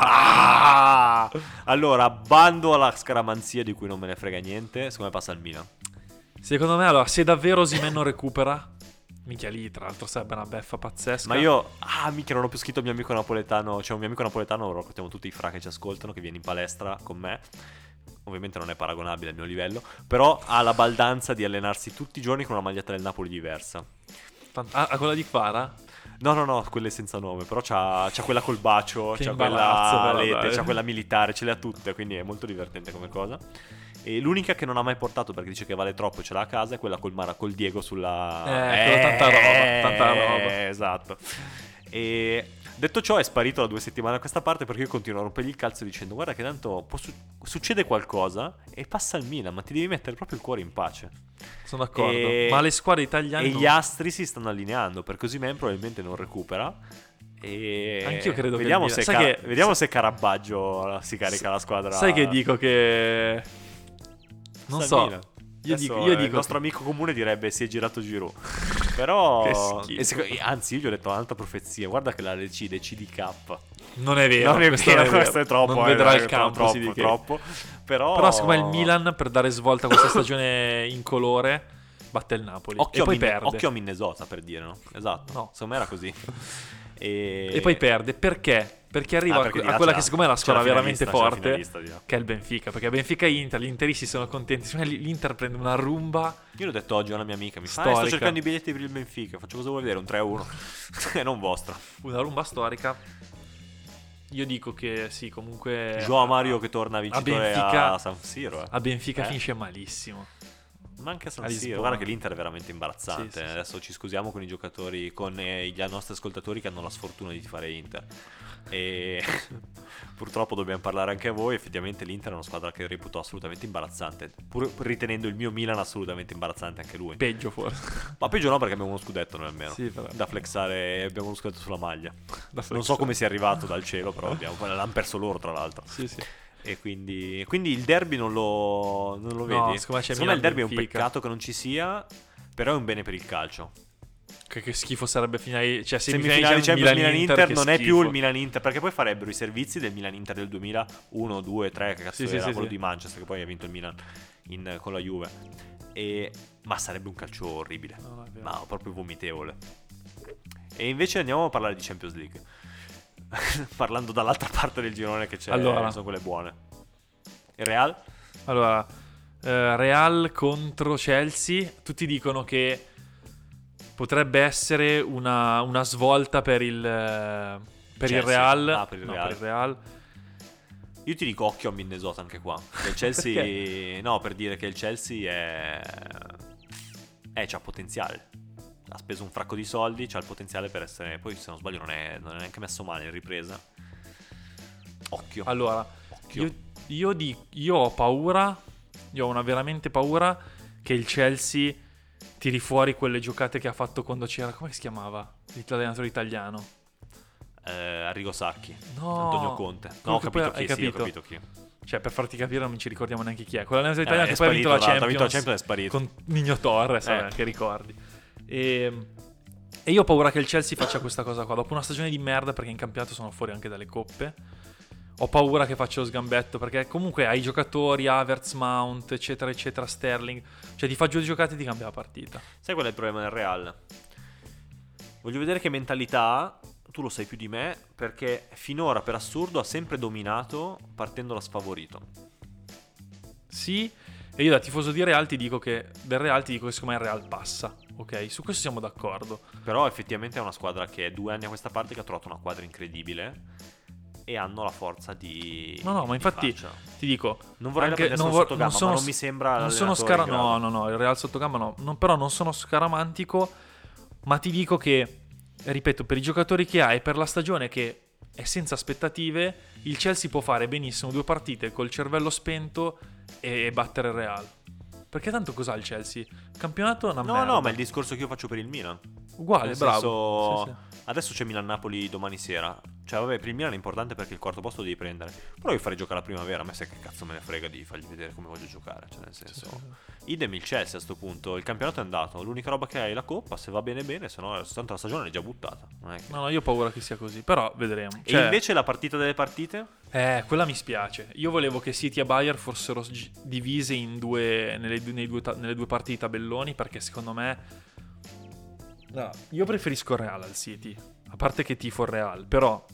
ah, allora, bando alla scaramanzia di cui non me ne frega niente, secondo me passa il Milan. Secondo me, allora, se davvero Osimhen non recupera, minchia lì, tra l'altro sarebbe una beffa pazzesca. Ma io, ah, mica non ho più scritto al mio amico napoletano, c'è un mio amico napoletano, lo raccontiamo tutti i fra che ci ascoltano, che viene in palestra con me. Ovviamente non è paragonabile al mio livello, però ha la baldanza di allenarsi tutti i giorni con una maglietta del Napoli diversa. Tant- ah, ah, quella di Kvara? No, no, no, quelle senza nome, però c'ha, c'ha quella col bacio, Che c'ha imbarazzo, quella però, lete, dai. c'ha quella militare, ce le ha tutte, quindi è molto divertente come cosa. E l'unica che non ha mai portato perché dice che vale troppo e ce l'ha a casa è quella col, Mara, col Diego sulla... Eh, quella tanta roba, tanta roba. Esatto. E detto ciò è sparito da due settimane a questa parte perché io continuo a rompergli il cazzo dicendo guarda che tanto può su- succede qualcosa e passa il Milan, ma ti devi mettere proprio il cuore in pace. Sono d'accordo. E- Ma le squadre italiane E non- gli astri si stanno allineando, per così men probabilmente non recupera. E Anch'io credo che vediamo il se, Milan- Ca- sai che- vediamo se Carabaggio si carica la squadra. Sai che dico che... Non Sta so. al Milan. Io Adesso, dico, io eh, dico il nostro amico comune direbbe si è girato Giroud. Però Che schifo. e seco- anzi io gli ho detto un'altra profezia, guarda che la decide C D K. non è vero. Non è questo vero, non è vero. questo è troppo, Non eh, vedrà dai, il è campo, troppo, si dice. troppo. Però Però secondo me il Milan, per dare svolta a questa stagione incolore, batte il Napoli. Occhio, e poi a Min- perde. occhio a Minnesota, per dire, no? Esatto. No. Secondo me era così. E... E poi perde. Perché? Perché arriva Ah, a perché que- di là a quella c'è che la- secondo me è la c'è squadra la veramente finalista, c'è la forte, finalista di là. che è il Benfica. Perché Benfica e Inter, gli interisti sono contenti. Secondo me l'Inter prende una rumba. Io l'ho detto oggi a una mia amica, mi fa, eh, Storica. sto cercando i biglietti per il Benfica, faccio cosa vuoi vedere, un tre a uno, e non vostra. Una rumba storica. Io dico che sì, comunque... Joao Mario che torna vincitore a, Benfica- San Siro. Eh. A Benfica Eh? finisce malissimo. Ma anche a San a Siro, Lisbona. guarda che l'Inter è veramente imbarazzante. Sì, sì, sì. Adesso ci scusiamo con i giocatori, con eh, gli nostri ascoltatori che hanno la sfortuna di fare Inter. E purtroppo dobbiamo parlare anche a voi. Effettivamente l'Inter è una squadra che reputo assolutamente imbarazzante, pur ritenendo il mio Milan assolutamente imbarazzante anche lui. Peggio forse. Ma peggio no, perché abbiamo uno scudetto noi almeno Sì, però. da flexare, abbiamo uno scudetto sulla maglia. Da Non so flexare. come sia arrivato dal cielo, però abbiamo, l'hanno perso loro tra l'altro. Sì, sì. E quindi, quindi il derby non lo, non lo No, vedi? secondo me c'è Secondo me il derby è un Milan-Benfica. peccato che non ci sia, però è un bene per il calcio. Che, che schifo sarebbe finale, cioè Semifinali semifinali Champions Milan-Inter, Milan-Inter che non è schifo. più il Milan-Inter, perché poi farebbero i servizi del Milan-Inter del duemilauno, due, tre, che cazzo Sì, sì, era, sì, quello sì. di Manchester, che poi ha vinto il Milan in- con la Juve. E, ma sarebbe un calcio orribile, No, è vero. ma proprio vomitevole. E invece andiamo a parlare di Champions League. Parlando dall'altra parte del girone che c'è, Allora. sono quelle buone. Il Real? Allora, eh, Real contro Chelsea. Tutti dicono che potrebbe essere una, una svolta per il, eh, per il Chelsea. Real. Ah, per il No, Real. per il Real. Io ti dico occhio a Minnesota anche qua. Che il Chelsea, Perché? no, per dire che il Chelsea è, è c'ha potenziale. Ha speso un fracco di soldi, c'ha il potenziale per essere. Poi, se non sbaglio, non è, non è neanche messo male in ripresa. Occhio. Allora, Occhio. io, io, di- io ho paura. Io ho una veramente paura che il Chelsea tiri fuori quelle giocate che ha fatto quando c'era. Come si chiamava? L'allenatore italiano. Eh, Arrigo Sacchi. No. Antonio Conte. No, Quello ho che capito poi- chi, hai sì, ho capito? capito chi. Cioè, per farti capire, non ci ricordiamo neanche chi è. Quell'allenatore Eh, italiano è che poi ha vinto la sparito, tra l'altro, Champions. ha vinto la Champions, è sparito. Con Nino Torres, Eh. vabbè, che ricordi. E, e io ho paura che il Chelsea faccia questa cosa qua. Dopo una stagione di merda, perché in campionato sono fuori anche dalle coppe, ho paura che faccia lo sgambetto, perché comunque hai giocatori, Havertz, Mount, eccetera, eccetera, Sterling. Cioè ti fa giù le giocate e ti cambia la partita. Sai qual è il problema del Real? Voglio vedere che mentalità ha. Tu lo sai più di me, perché finora per assurdo ha sempre dominato partendo da sfavorito. Sì, e io da tifoso di Real ti dico che del Real ti dico che secondo me il Real passa, ok? Su questo siamo d'accordo. Però effettivamente è una squadra che è due anni a questa parte che ha trovato una quadra incredibile e hanno la forza di No, no, ma di infatti farcela. ti dico, Non vorrei anche, la prendere non, vor- sotto gamma, non sono, ma non mi sembra non sono l'allenatore scara- in grado. no, no, no, il Real sotto gamma no, non- però non sono scaramantico, ma ti dico che, ripeto, per i giocatori che hai, per la stagione che è senza aspettative, il Chelsea può fare benissimo due partite col cervello spento e battere il Real. Perché tanto cos'ha il Chelsea? Campionato è una No, merda. no, ma è il discorso che io faccio per il Milan. Uguale, Nel bravo. senso, Sì, sì. Adesso c'è Milan-Napoli domani sera. Cioè, vabbè, per il Milan è importante perché il quarto posto lo devi prendere. Però io farei giocare la primavera. A me sai che cazzo me ne frega di fargli vedere come voglio giocare. Cioè, nel senso, Sì, sì, sì. idem il Chelsea a sto punto. Il campionato è andato. L'unica roba che hai è la coppa. Se va bene, bene. Se no, tanto la stagione è già buttata. Non è che... No, no, io ho paura che sia così, però vedremo. E Cioè, invece la partita delle partite? Eh, quella mi spiace. Io volevo che City e Bayern fossero gi- divise in due, nelle, due- nei due ta- nelle due partite tabelloni, perché secondo me... No, io preferisco il Real al City, a parte che tifo il Real, però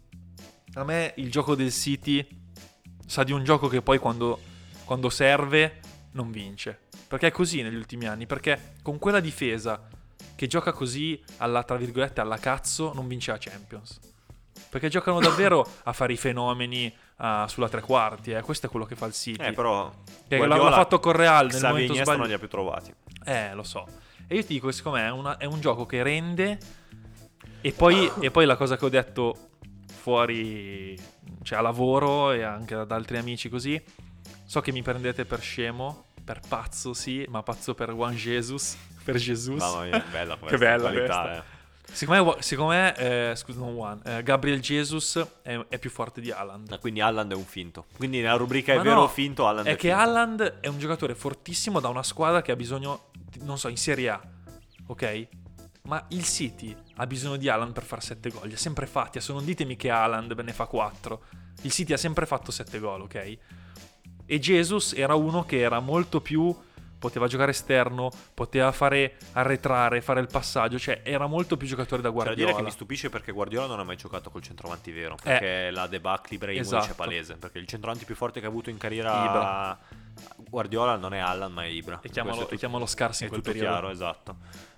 a me il gioco del City sa di un gioco che poi quando, quando serve non vince. Perché è così negli ultimi anni, perché con quella difesa che gioca così alla, tra virgolette, alla cazzo, non vince la Champions. Perché giocano davvero a fare i fenomeni uh, sulla tre quarti, eh. Questo è quello che fa il City. Eh, però Che Guardiola, l'ha fatto con Real nel Xavi e momento Iniesta sbagliato. non li ha più trovati. Eh, lo so. E io ti dico che secondo me è, una- è un gioco che rende. E poi, e poi la cosa che ho detto fuori, cioè a lavoro e anche ad altri amici così, so che mi prendete per scemo, per pazzo sì, ma pazzo per Juan Jesus, per Jesus. Mamma mia, bella questa. Che bella qualità, questa. eh. Secondo me, secondo me eh, scusa, non Juan, eh, Gabriel Jesus è, è più forte di Haaland. Ah, quindi Haaland è un finto. Quindi nella rubrica è Ma vero no, o finto, Haaland è, è che finto. Haaland è un giocatore fortissimo da una squadra che ha bisogno, non so, in Serie A, ok? Ma il City ha bisogno di Haaland per fare sette gol. Li ha sempre fatti. Adesso non ditemi che Haaland ne fa quattro. Il City ha sempre fatto sette gol, ok? E Jesus era uno che era molto più... Poteva giocare esterno, poteva fare arretrare, fare il passaggio. Cioè era molto più giocatore da C'è da Guardiola. dire che mi stupisce perché Guardiola non ha mai giocato col centravanti vero. Perché la debacle Ibrahimovic esatto. è palese. Perché il centravanti più forte che ha avuto in carriera Ibra. Guardiola non è Haaland ma è Ibra. E chiamalo, Questo e chiamalo scarso è in quel tutto periodo. chiaro, esatto.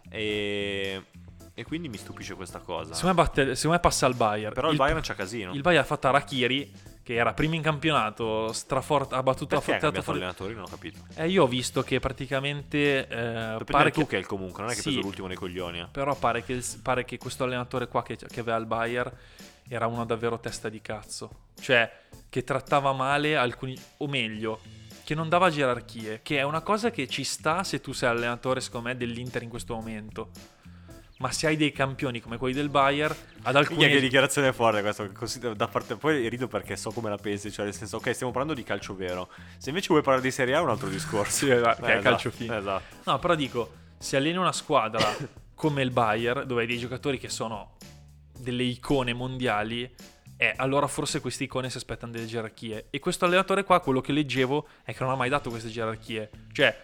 E... e quindi mi stupisce questa cosa. Secondo me, batte- secondo me passa al Bayern. Però il, Bayern c'ha casino. Il Bayern ha fatto Arachiri, che era primo in campionato, straforte, ha battuto Perché ha ha tirato cambiato fuori. allenatori? Non ho capito. E io ho visto che praticamente eh, Per pare tu che, che è il comunque, non è che sì, hai preso l'ultimo nei coglioni. eh. però pare che, il- pare che questo allenatore qua che, che aveva il Bayern era uno davvero testa di cazzo. Cioè, che trattava male alcuni, o meglio, che non dava gerarchie, che è una cosa che ci sta se tu sei allenatore, secondo me, dell'Inter in questo momento. Ma se hai dei campioni come quelli del Bayern, ad alcuni... Minchia, che dichiarazione forte questo, così da parte. Poi rido perché so come la pensi, cioè nel senso, ok, stiamo parlando di calcio vero. Se invece vuoi parlare di Serie A è un altro discorso. Sì, esatto, che è esatto, calcio finto. Esatto. No, però dico, se alleni una squadra come il Bayern, dove hai dei giocatori che sono delle icone mondiali, eh, allora forse queste icone si aspettano delle gerarchie. E questo allenatore qua, quello che leggevo, è che non ha mai dato queste gerarchie. Cioè,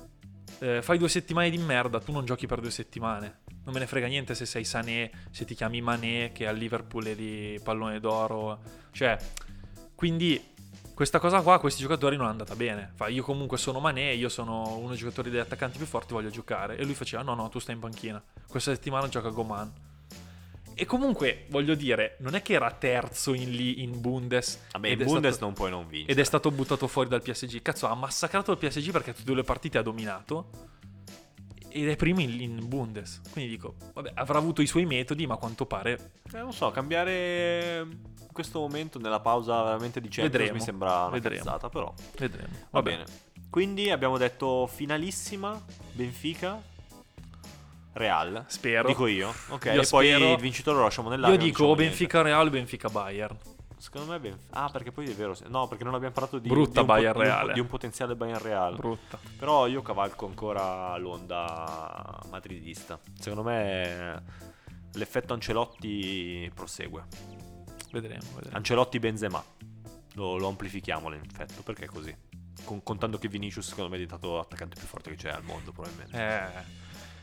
eh, fai due settimane di merda, tu non giochi per due settimane. Non me ne frega niente se sei Sané, se ti chiami Mané, che al Liverpool eri pallone d'oro. Cioè, quindi questa cosa qua a questi giocatori non è andata bene. Fa, io comunque sono Mané, io sono uno dei giocatori degli attaccanti più forti, voglio giocare. E lui faceva, no no, tu stai in panchina, questa settimana gioca Coman. E comunque, voglio dire, non è che era terzo in, lì, in Bundes. Vabbè, ed in è Bundes stato- non puoi non vincere. Ed è stato buttato fuori dal P S G. Cazzo, ha massacrato il P S G perché tutte le partite ha dominato. Ed è primo in, in Bundes. Quindi dico, vabbè, avrà avuto i suoi metodi, ma a quanto pare Eh, non so, cambiare in questo momento nella pausa veramente di Champions Vedremo, mi sembra una vedremo. cazzata, però vedremo. va Vabbè. bene. Quindi abbiamo detto finalissima Benfica Real. Spero. Dico io. Ok, Io e poi spero. il vincitore lo lasciamo nell'aria. Io non dico o diciamo Benfica Real o Benfica Bayern. niente. Secondo me Benf- Ah, perché poi è vero. se- No, perché non abbiamo parlato di Brutta di un po- Bayern di un po- Reale. di un potenziale Bayern Real. Brutta. Però io cavalco ancora l'onda madridista. Secondo me l'effetto Ancelotti prosegue. Vedremo, vedremo. Ancelotti Benzema. Lo, lo amplifichiamo l'effetto, perché è così. Con- contando che Vinicius secondo me è diventato l'attaccante più forte che c'è al mondo, probabilmente. Eh,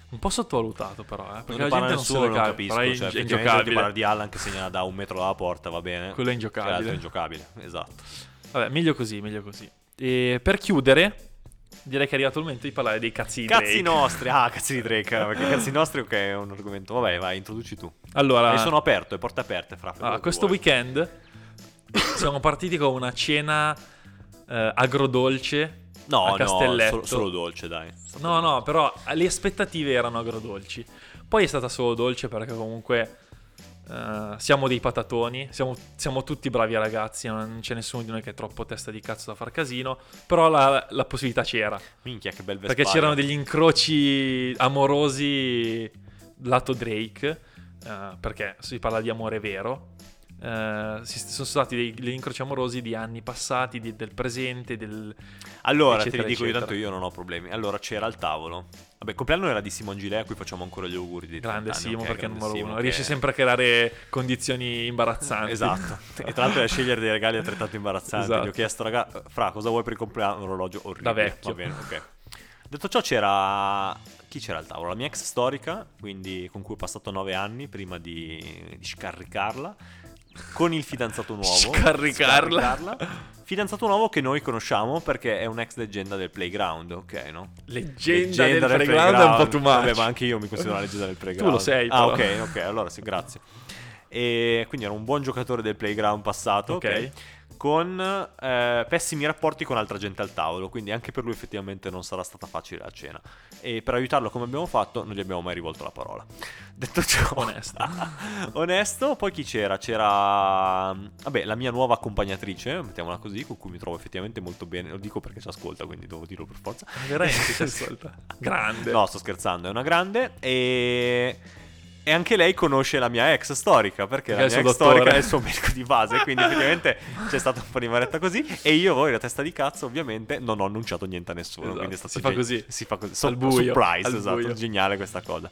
Un po' sottovalutato però, eh, perché Non la ne parla gente non se nessuno, le non caga, capisco. però è, Cioè, è effettivamente ingiocabile. parlare di Allan che segna da un metro dalla porta, va bene. Quello è Che l'altro ingiocabile. è ingiocabile, esatto. Vabbè, meglio così, meglio così. E per chiudere, direi che è arrivato il momento di parlare dei cazzi di Cazzi Drake. nostri, ah, cazzi di Drake, perché cazzi nostri ok è un argomento. Vabbè, vai, introduci tu. Allora, E sono aperto, e porte aperte, fra. fai quello ah, che questo vuoi. weekend siamo partiti con una cena eh, agrodolce No, a no, Castelletto. solo, solo dolce, dai. No, no, però le aspettative erano agrodolci. Poi è stata solo dolce perché comunque eh, siamo dei patatoni, siamo, siamo tutti bravi ragazzi, non c'è nessuno di noi che è troppo testa di cazzo da far casino, però la, la possibilità c'era. Minchia, che bel Perché vespaio. c'erano degli incroci amorosi lato Drake, eh, perché si parla di amore vero. Eh, si, sono stati dei- degli incroci amorosi di anni passati, di- del presente, del... Allora, eccetera, te li dico io, eccetera. tanto io non ho problemi. Allora, c'era al tavolo. Vabbè, il compleanno era di Simon Gillet, a cui facciamo ancora gli auguri di Grande trenta anni, Simo, ok? perché è Grande numero Simo, uno. che- Riesce sempre a creare condizioni imbarazzanti. Esatto. E tra l'altro a scegliere dei regali altrettanto imbarazzanti. Esatto. Gli ho chiesto, raga, fra, cosa vuoi per il compleanno? Un orologio orribile. Da vecchio. Va bene, ok. Detto ciò, c'era... Chi c'era al tavolo? La mia ex storica, quindi con cui ho passato nove anni prima di, di scarricarla, con il fidanzato nuovo. Scarricarla. Scarricarla. Fidanzato nuovo che noi conosciamo perché è un ex leggenda del playground, ok, no? Leggenda, del, playground è un po' too much. Vabbè, ma anche io mi considero una leggenda del playground. Tu lo sei, Ah, però. ok, ok, allora sì, grazie. E quindi era un buon giocatore del playground passato, ok, Ok. con eh, pessimi rapporti con altra gente al tavolo, quindi anche per lui effettivamente non sarà stata facile la cena. E per aiutarlo come abbiamo fatto non gli abbiamo mai rivolto la parola. Detto ciò, Onesto. onesto, poi chi c'era? C'era vabbè, la mia nuova accompagnatrice, mettiamola così, con cui mi trovo effettivamente molto bene. Lo dico perché ci ascolta, quindi devo dirlo per forza. Veramente ci ascolta. Grande. No, sto scherzando, è una grande. E E anche lei conosce la mia ex storica, perché Perché la è il mia suo ex storica dottore. è il suo medico di base, quindi effettivamente c'è stata un po' di maretta così. E io, voi, la testa di cazzo, ovviamente non ho annunciato niente a nessuno. Esatto, Quindi è stato si fa ge- così. Si fa così. Al Sur- buio, surprise, al esatto. buio. Geniale questa cosa.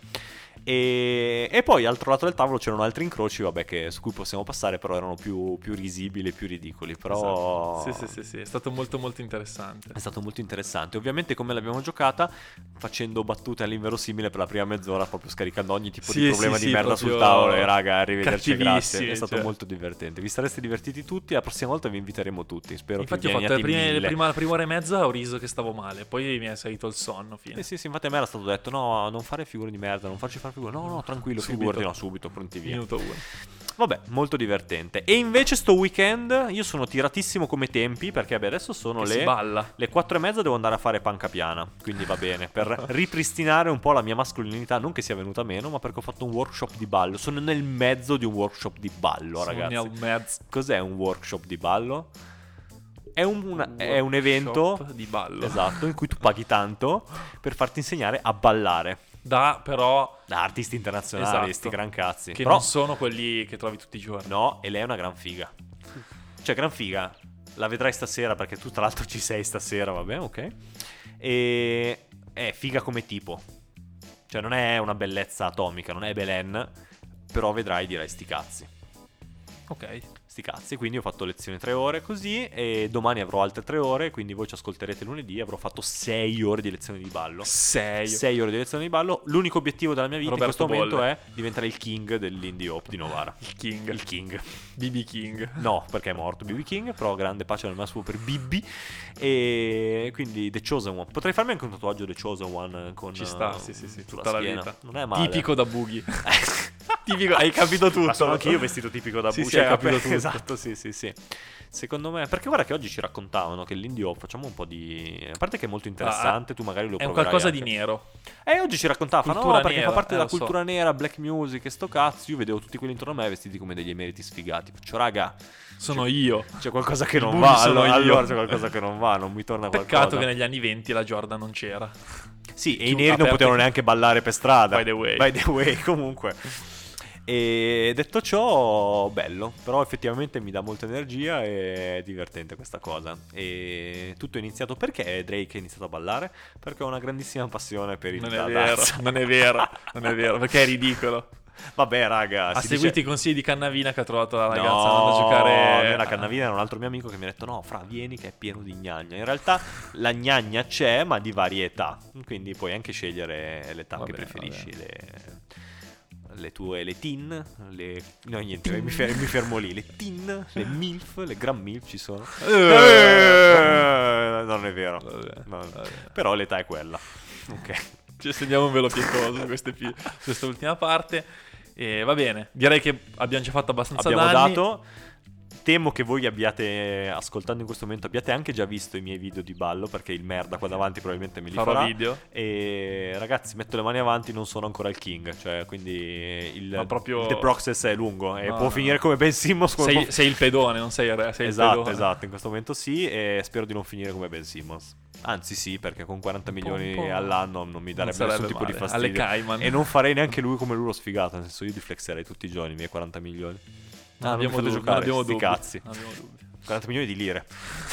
E, e poi, all'altro lato del tavolo c'erano altri incroci, vabbè, che, su cui possiamo passare, però erano più, più risibili, più ridicoli. Però Esatto. Sì, sì, sì, sì, è stato molto molto interessante. è stato molto interessante. Ovviamente come l'abbiamo giocata, facendo battute all'inverosimile per la prima mezz'ora, proprio scaricando ogni tipo Sì, di problema sì, di sì, merda sul proprio tavolo. E raga, arrivederci, grazie. cattivissimi, È stato cioè. molto divertente. Vi sareste divertiti tutti, la prossima volta vi inviteremo tutti. Spero Infatti che ho vi fatto le veniate prime, in le mille. prima, la prima ora e mezza ho riso che stavo male, poi mi è salito il sonno. Fine. Sì, sì, sì, infatti a me era stato detto no, non fare figure di merda, non farci fare figure. No, no, tranquillo, Subito. figurati, no, subito, pronti via. Minuto uno. Vabbè, molto divertente. E invece sto weekend io sono tiratissimo come tempi, perché vabbè, adesso sono Che si le balla. Le quattro e mezza devo andare a fare panca piana, quindi va bene, per ripristinare un po' la mia mascolinità, non che sia venuta meno, ma perché ho fatto un workshop di ballo. Sono nel mezzo di un workshop di ballo, Sono ragazzi. nel mezzo. Cos'è un workshop di ballo? È un, una- è un evento Workshop di ballo. esatto, in cui tu paghi tanto per farti insegnare a ballare Da però da artisti internazionali, Esatto. sti gran cazzi. che Però non sono quelli che trovi tutti i giorni. no, e lei è una gran figa. Cioè, gran figa. La vedrai stasera perché tu tra l'altro ci sei stasera, vabbè, ok. E è figa come tipo. Cioè, non è una bellezza atomica, non è Belen, però vedrai direi sti cazzi. Ok. Sti cazzi, quindi ho fatto lezione tre ore così e domani avrò altre tre ore, quindi voi ci ascolterete lunedì, avrò fatto sei ore di lezione di ballo. Sei. sei ore di lezione di ballo. L'unico obiettivo della mia vita Roberto in questo momento Bolle. è diventare il king dell'indie hop di Novara. Il King. Il king. B B King. No, perché è morto B B King, però grande pace nel suo per Bibbi. E quindi The Chosen One. Potrei farmi anche un tatuaggio The Chosen One con Ci sta, eh, sì, sì, sì, sulla tutta la schiena. vita. Non è male. Tipico da boogie. Tipico, hai capito tutto. Ma sono anche io vestito tipico da Sì, buccia. sì, hai capito tutto. Esatto, sì, sì, sì. Secondo me, perché guarda che oggi ci raccontavano che l'indie hop facciamo un po' di. A parte che è molto interessante, tu magari lo È un proverai qualcosa anche. di nero. Eh, oggi ci raccontavano, Cultura no, perché nera, fa parte eh, della lo so. cultura nera, black music e sto cazzo. Io vedevo tutti quelli intorno a me vestiti come degli emeriti sfigati. Faccio, raga, Sono io. c'è qualcosa che I non bulli va. sono Allora, io. allora c'è qualcosa che non va, non mi torna Peccato qualcosa. che negli anni venti la Jordan non c'era. Sì, e i Chiu- neri non aperti- potevano neanche ballare per strada. By the way. By the way, comunque. E detto ciò, bello. Però effettivamente mi dà molta energia e è divertente questa cosa. E tutto è iniziato perché Drake ha iniziato a ballare? Perché ho una grandissima passione per il Non è la vero, danza. non è vero, non è vero, perché è ridicolo. Vabbè, raga, Ha si seguito dice... i consigli di Cannavina che ha trovato la ragazza No, andando a giocare. era Cannavina, era un altro mio amico che mi ha detto no, fra, vieni che è pieno di gnagna. In realtà la gnagna c'è, ma di varie età, quindi puoi anche scegliere l'età Va che bene, preferisci, le... le tue, le teen, le... no niente, mi, fer- mi fermo lì, le teen, le milf, le gran milf ci sono. Eh, non è vero. Vabbè, No, no. vabbè. Però l'età è quella. Ok. Ci stendiamo un velo pietoso su queste pi- questa ultima parte. E va bene, direi che abbiamo già fatto abbastanza Abbiamo danni. dato. Temo che voi abbiate, ascoltando in questo momento, abbiate anche già visto i miei video di ballo, perché il merda qua davanti probabilmente me li Farò farà. video. E ragazzi, metto le mani avanti, non sono ancora il king, cioè quindi il, Ma proprio- il the process è lungo e No, può no, finire no. come Ben Simmons. come Sei, può- sei il pedone, non sei il re, sei esatto, il pedone. esatto, in questo momento sì, e spero di non finire come Ben Simmons. Anzi sì, perché con quaranta Un po', milioni un po'. all'anno non mi darebbe Non nessun sarebbe tipo di male. fastidio. Alle Cayman. E non farei neanche lui come lui lo sfigato, nel senso io li flexerei tutti i giorni i miei quaranta milioni. Non Ah, abbiamo non mi fate dubbi, non giocare, abbiamo sti dubbi, cazzi. non abbiamo dubbi. quaranta milioni di lire.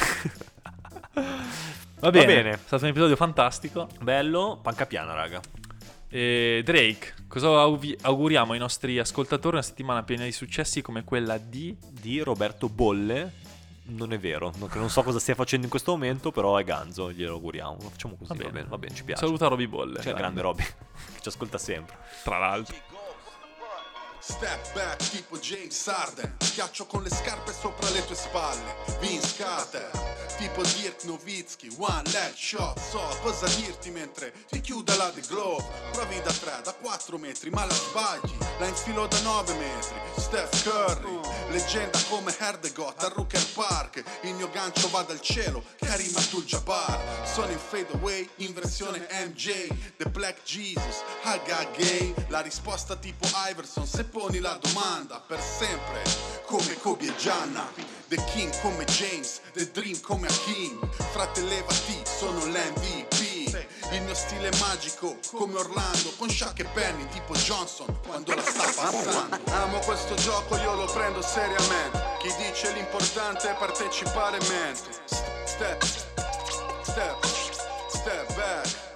Va bene, bene. è stato un episodio fantastico. Bello, panca piana, raga. E Drake, cosa auvi- auguriamo ai nostri ascoltatori una settimana piena di successi come quella di... Di Roberto Bolle. Non è vero, non, non so cosa stia facendo in questo momento, però è ganzo, glielo auguriamo. Lo facciamo così, va bene, va bene, ci piace. Saluta Roby Bolle. C'è il grande Robby, che ci ascolta sempre. Tra l'altro. Step back tipo James Harden, schiaccio con le scarpe sopra le tue spalle. Vince Carter, tipo Dirk Nowitzki, one leg shot. So cosa dirti mentre ti chiuda la The Glove. Provi da tre, da quattro metri, ma la sbagli. La infilo da nove metri. Steph Curry, leggenda come Herdegot a Rooker Park. Il mio gancio va dal cielo, Karim Abdul-Jabbar. Sono in fadeaway in versione M J, The Black Jesus, Haga Gay. La risposta tipo Iverson, se poni la domanda per sempre, come Kobe e Gianna. The King come James, The Dream come Hakim. Frate levati, sono l'M V P. Il mio stile è magico come Orlando, con Shaq e Penny tipo Johnson quando la sta passando. Amo questo gioco, io lo prendo seriamente. Chi dice l'importante è partecipare mente. Step, step, step back.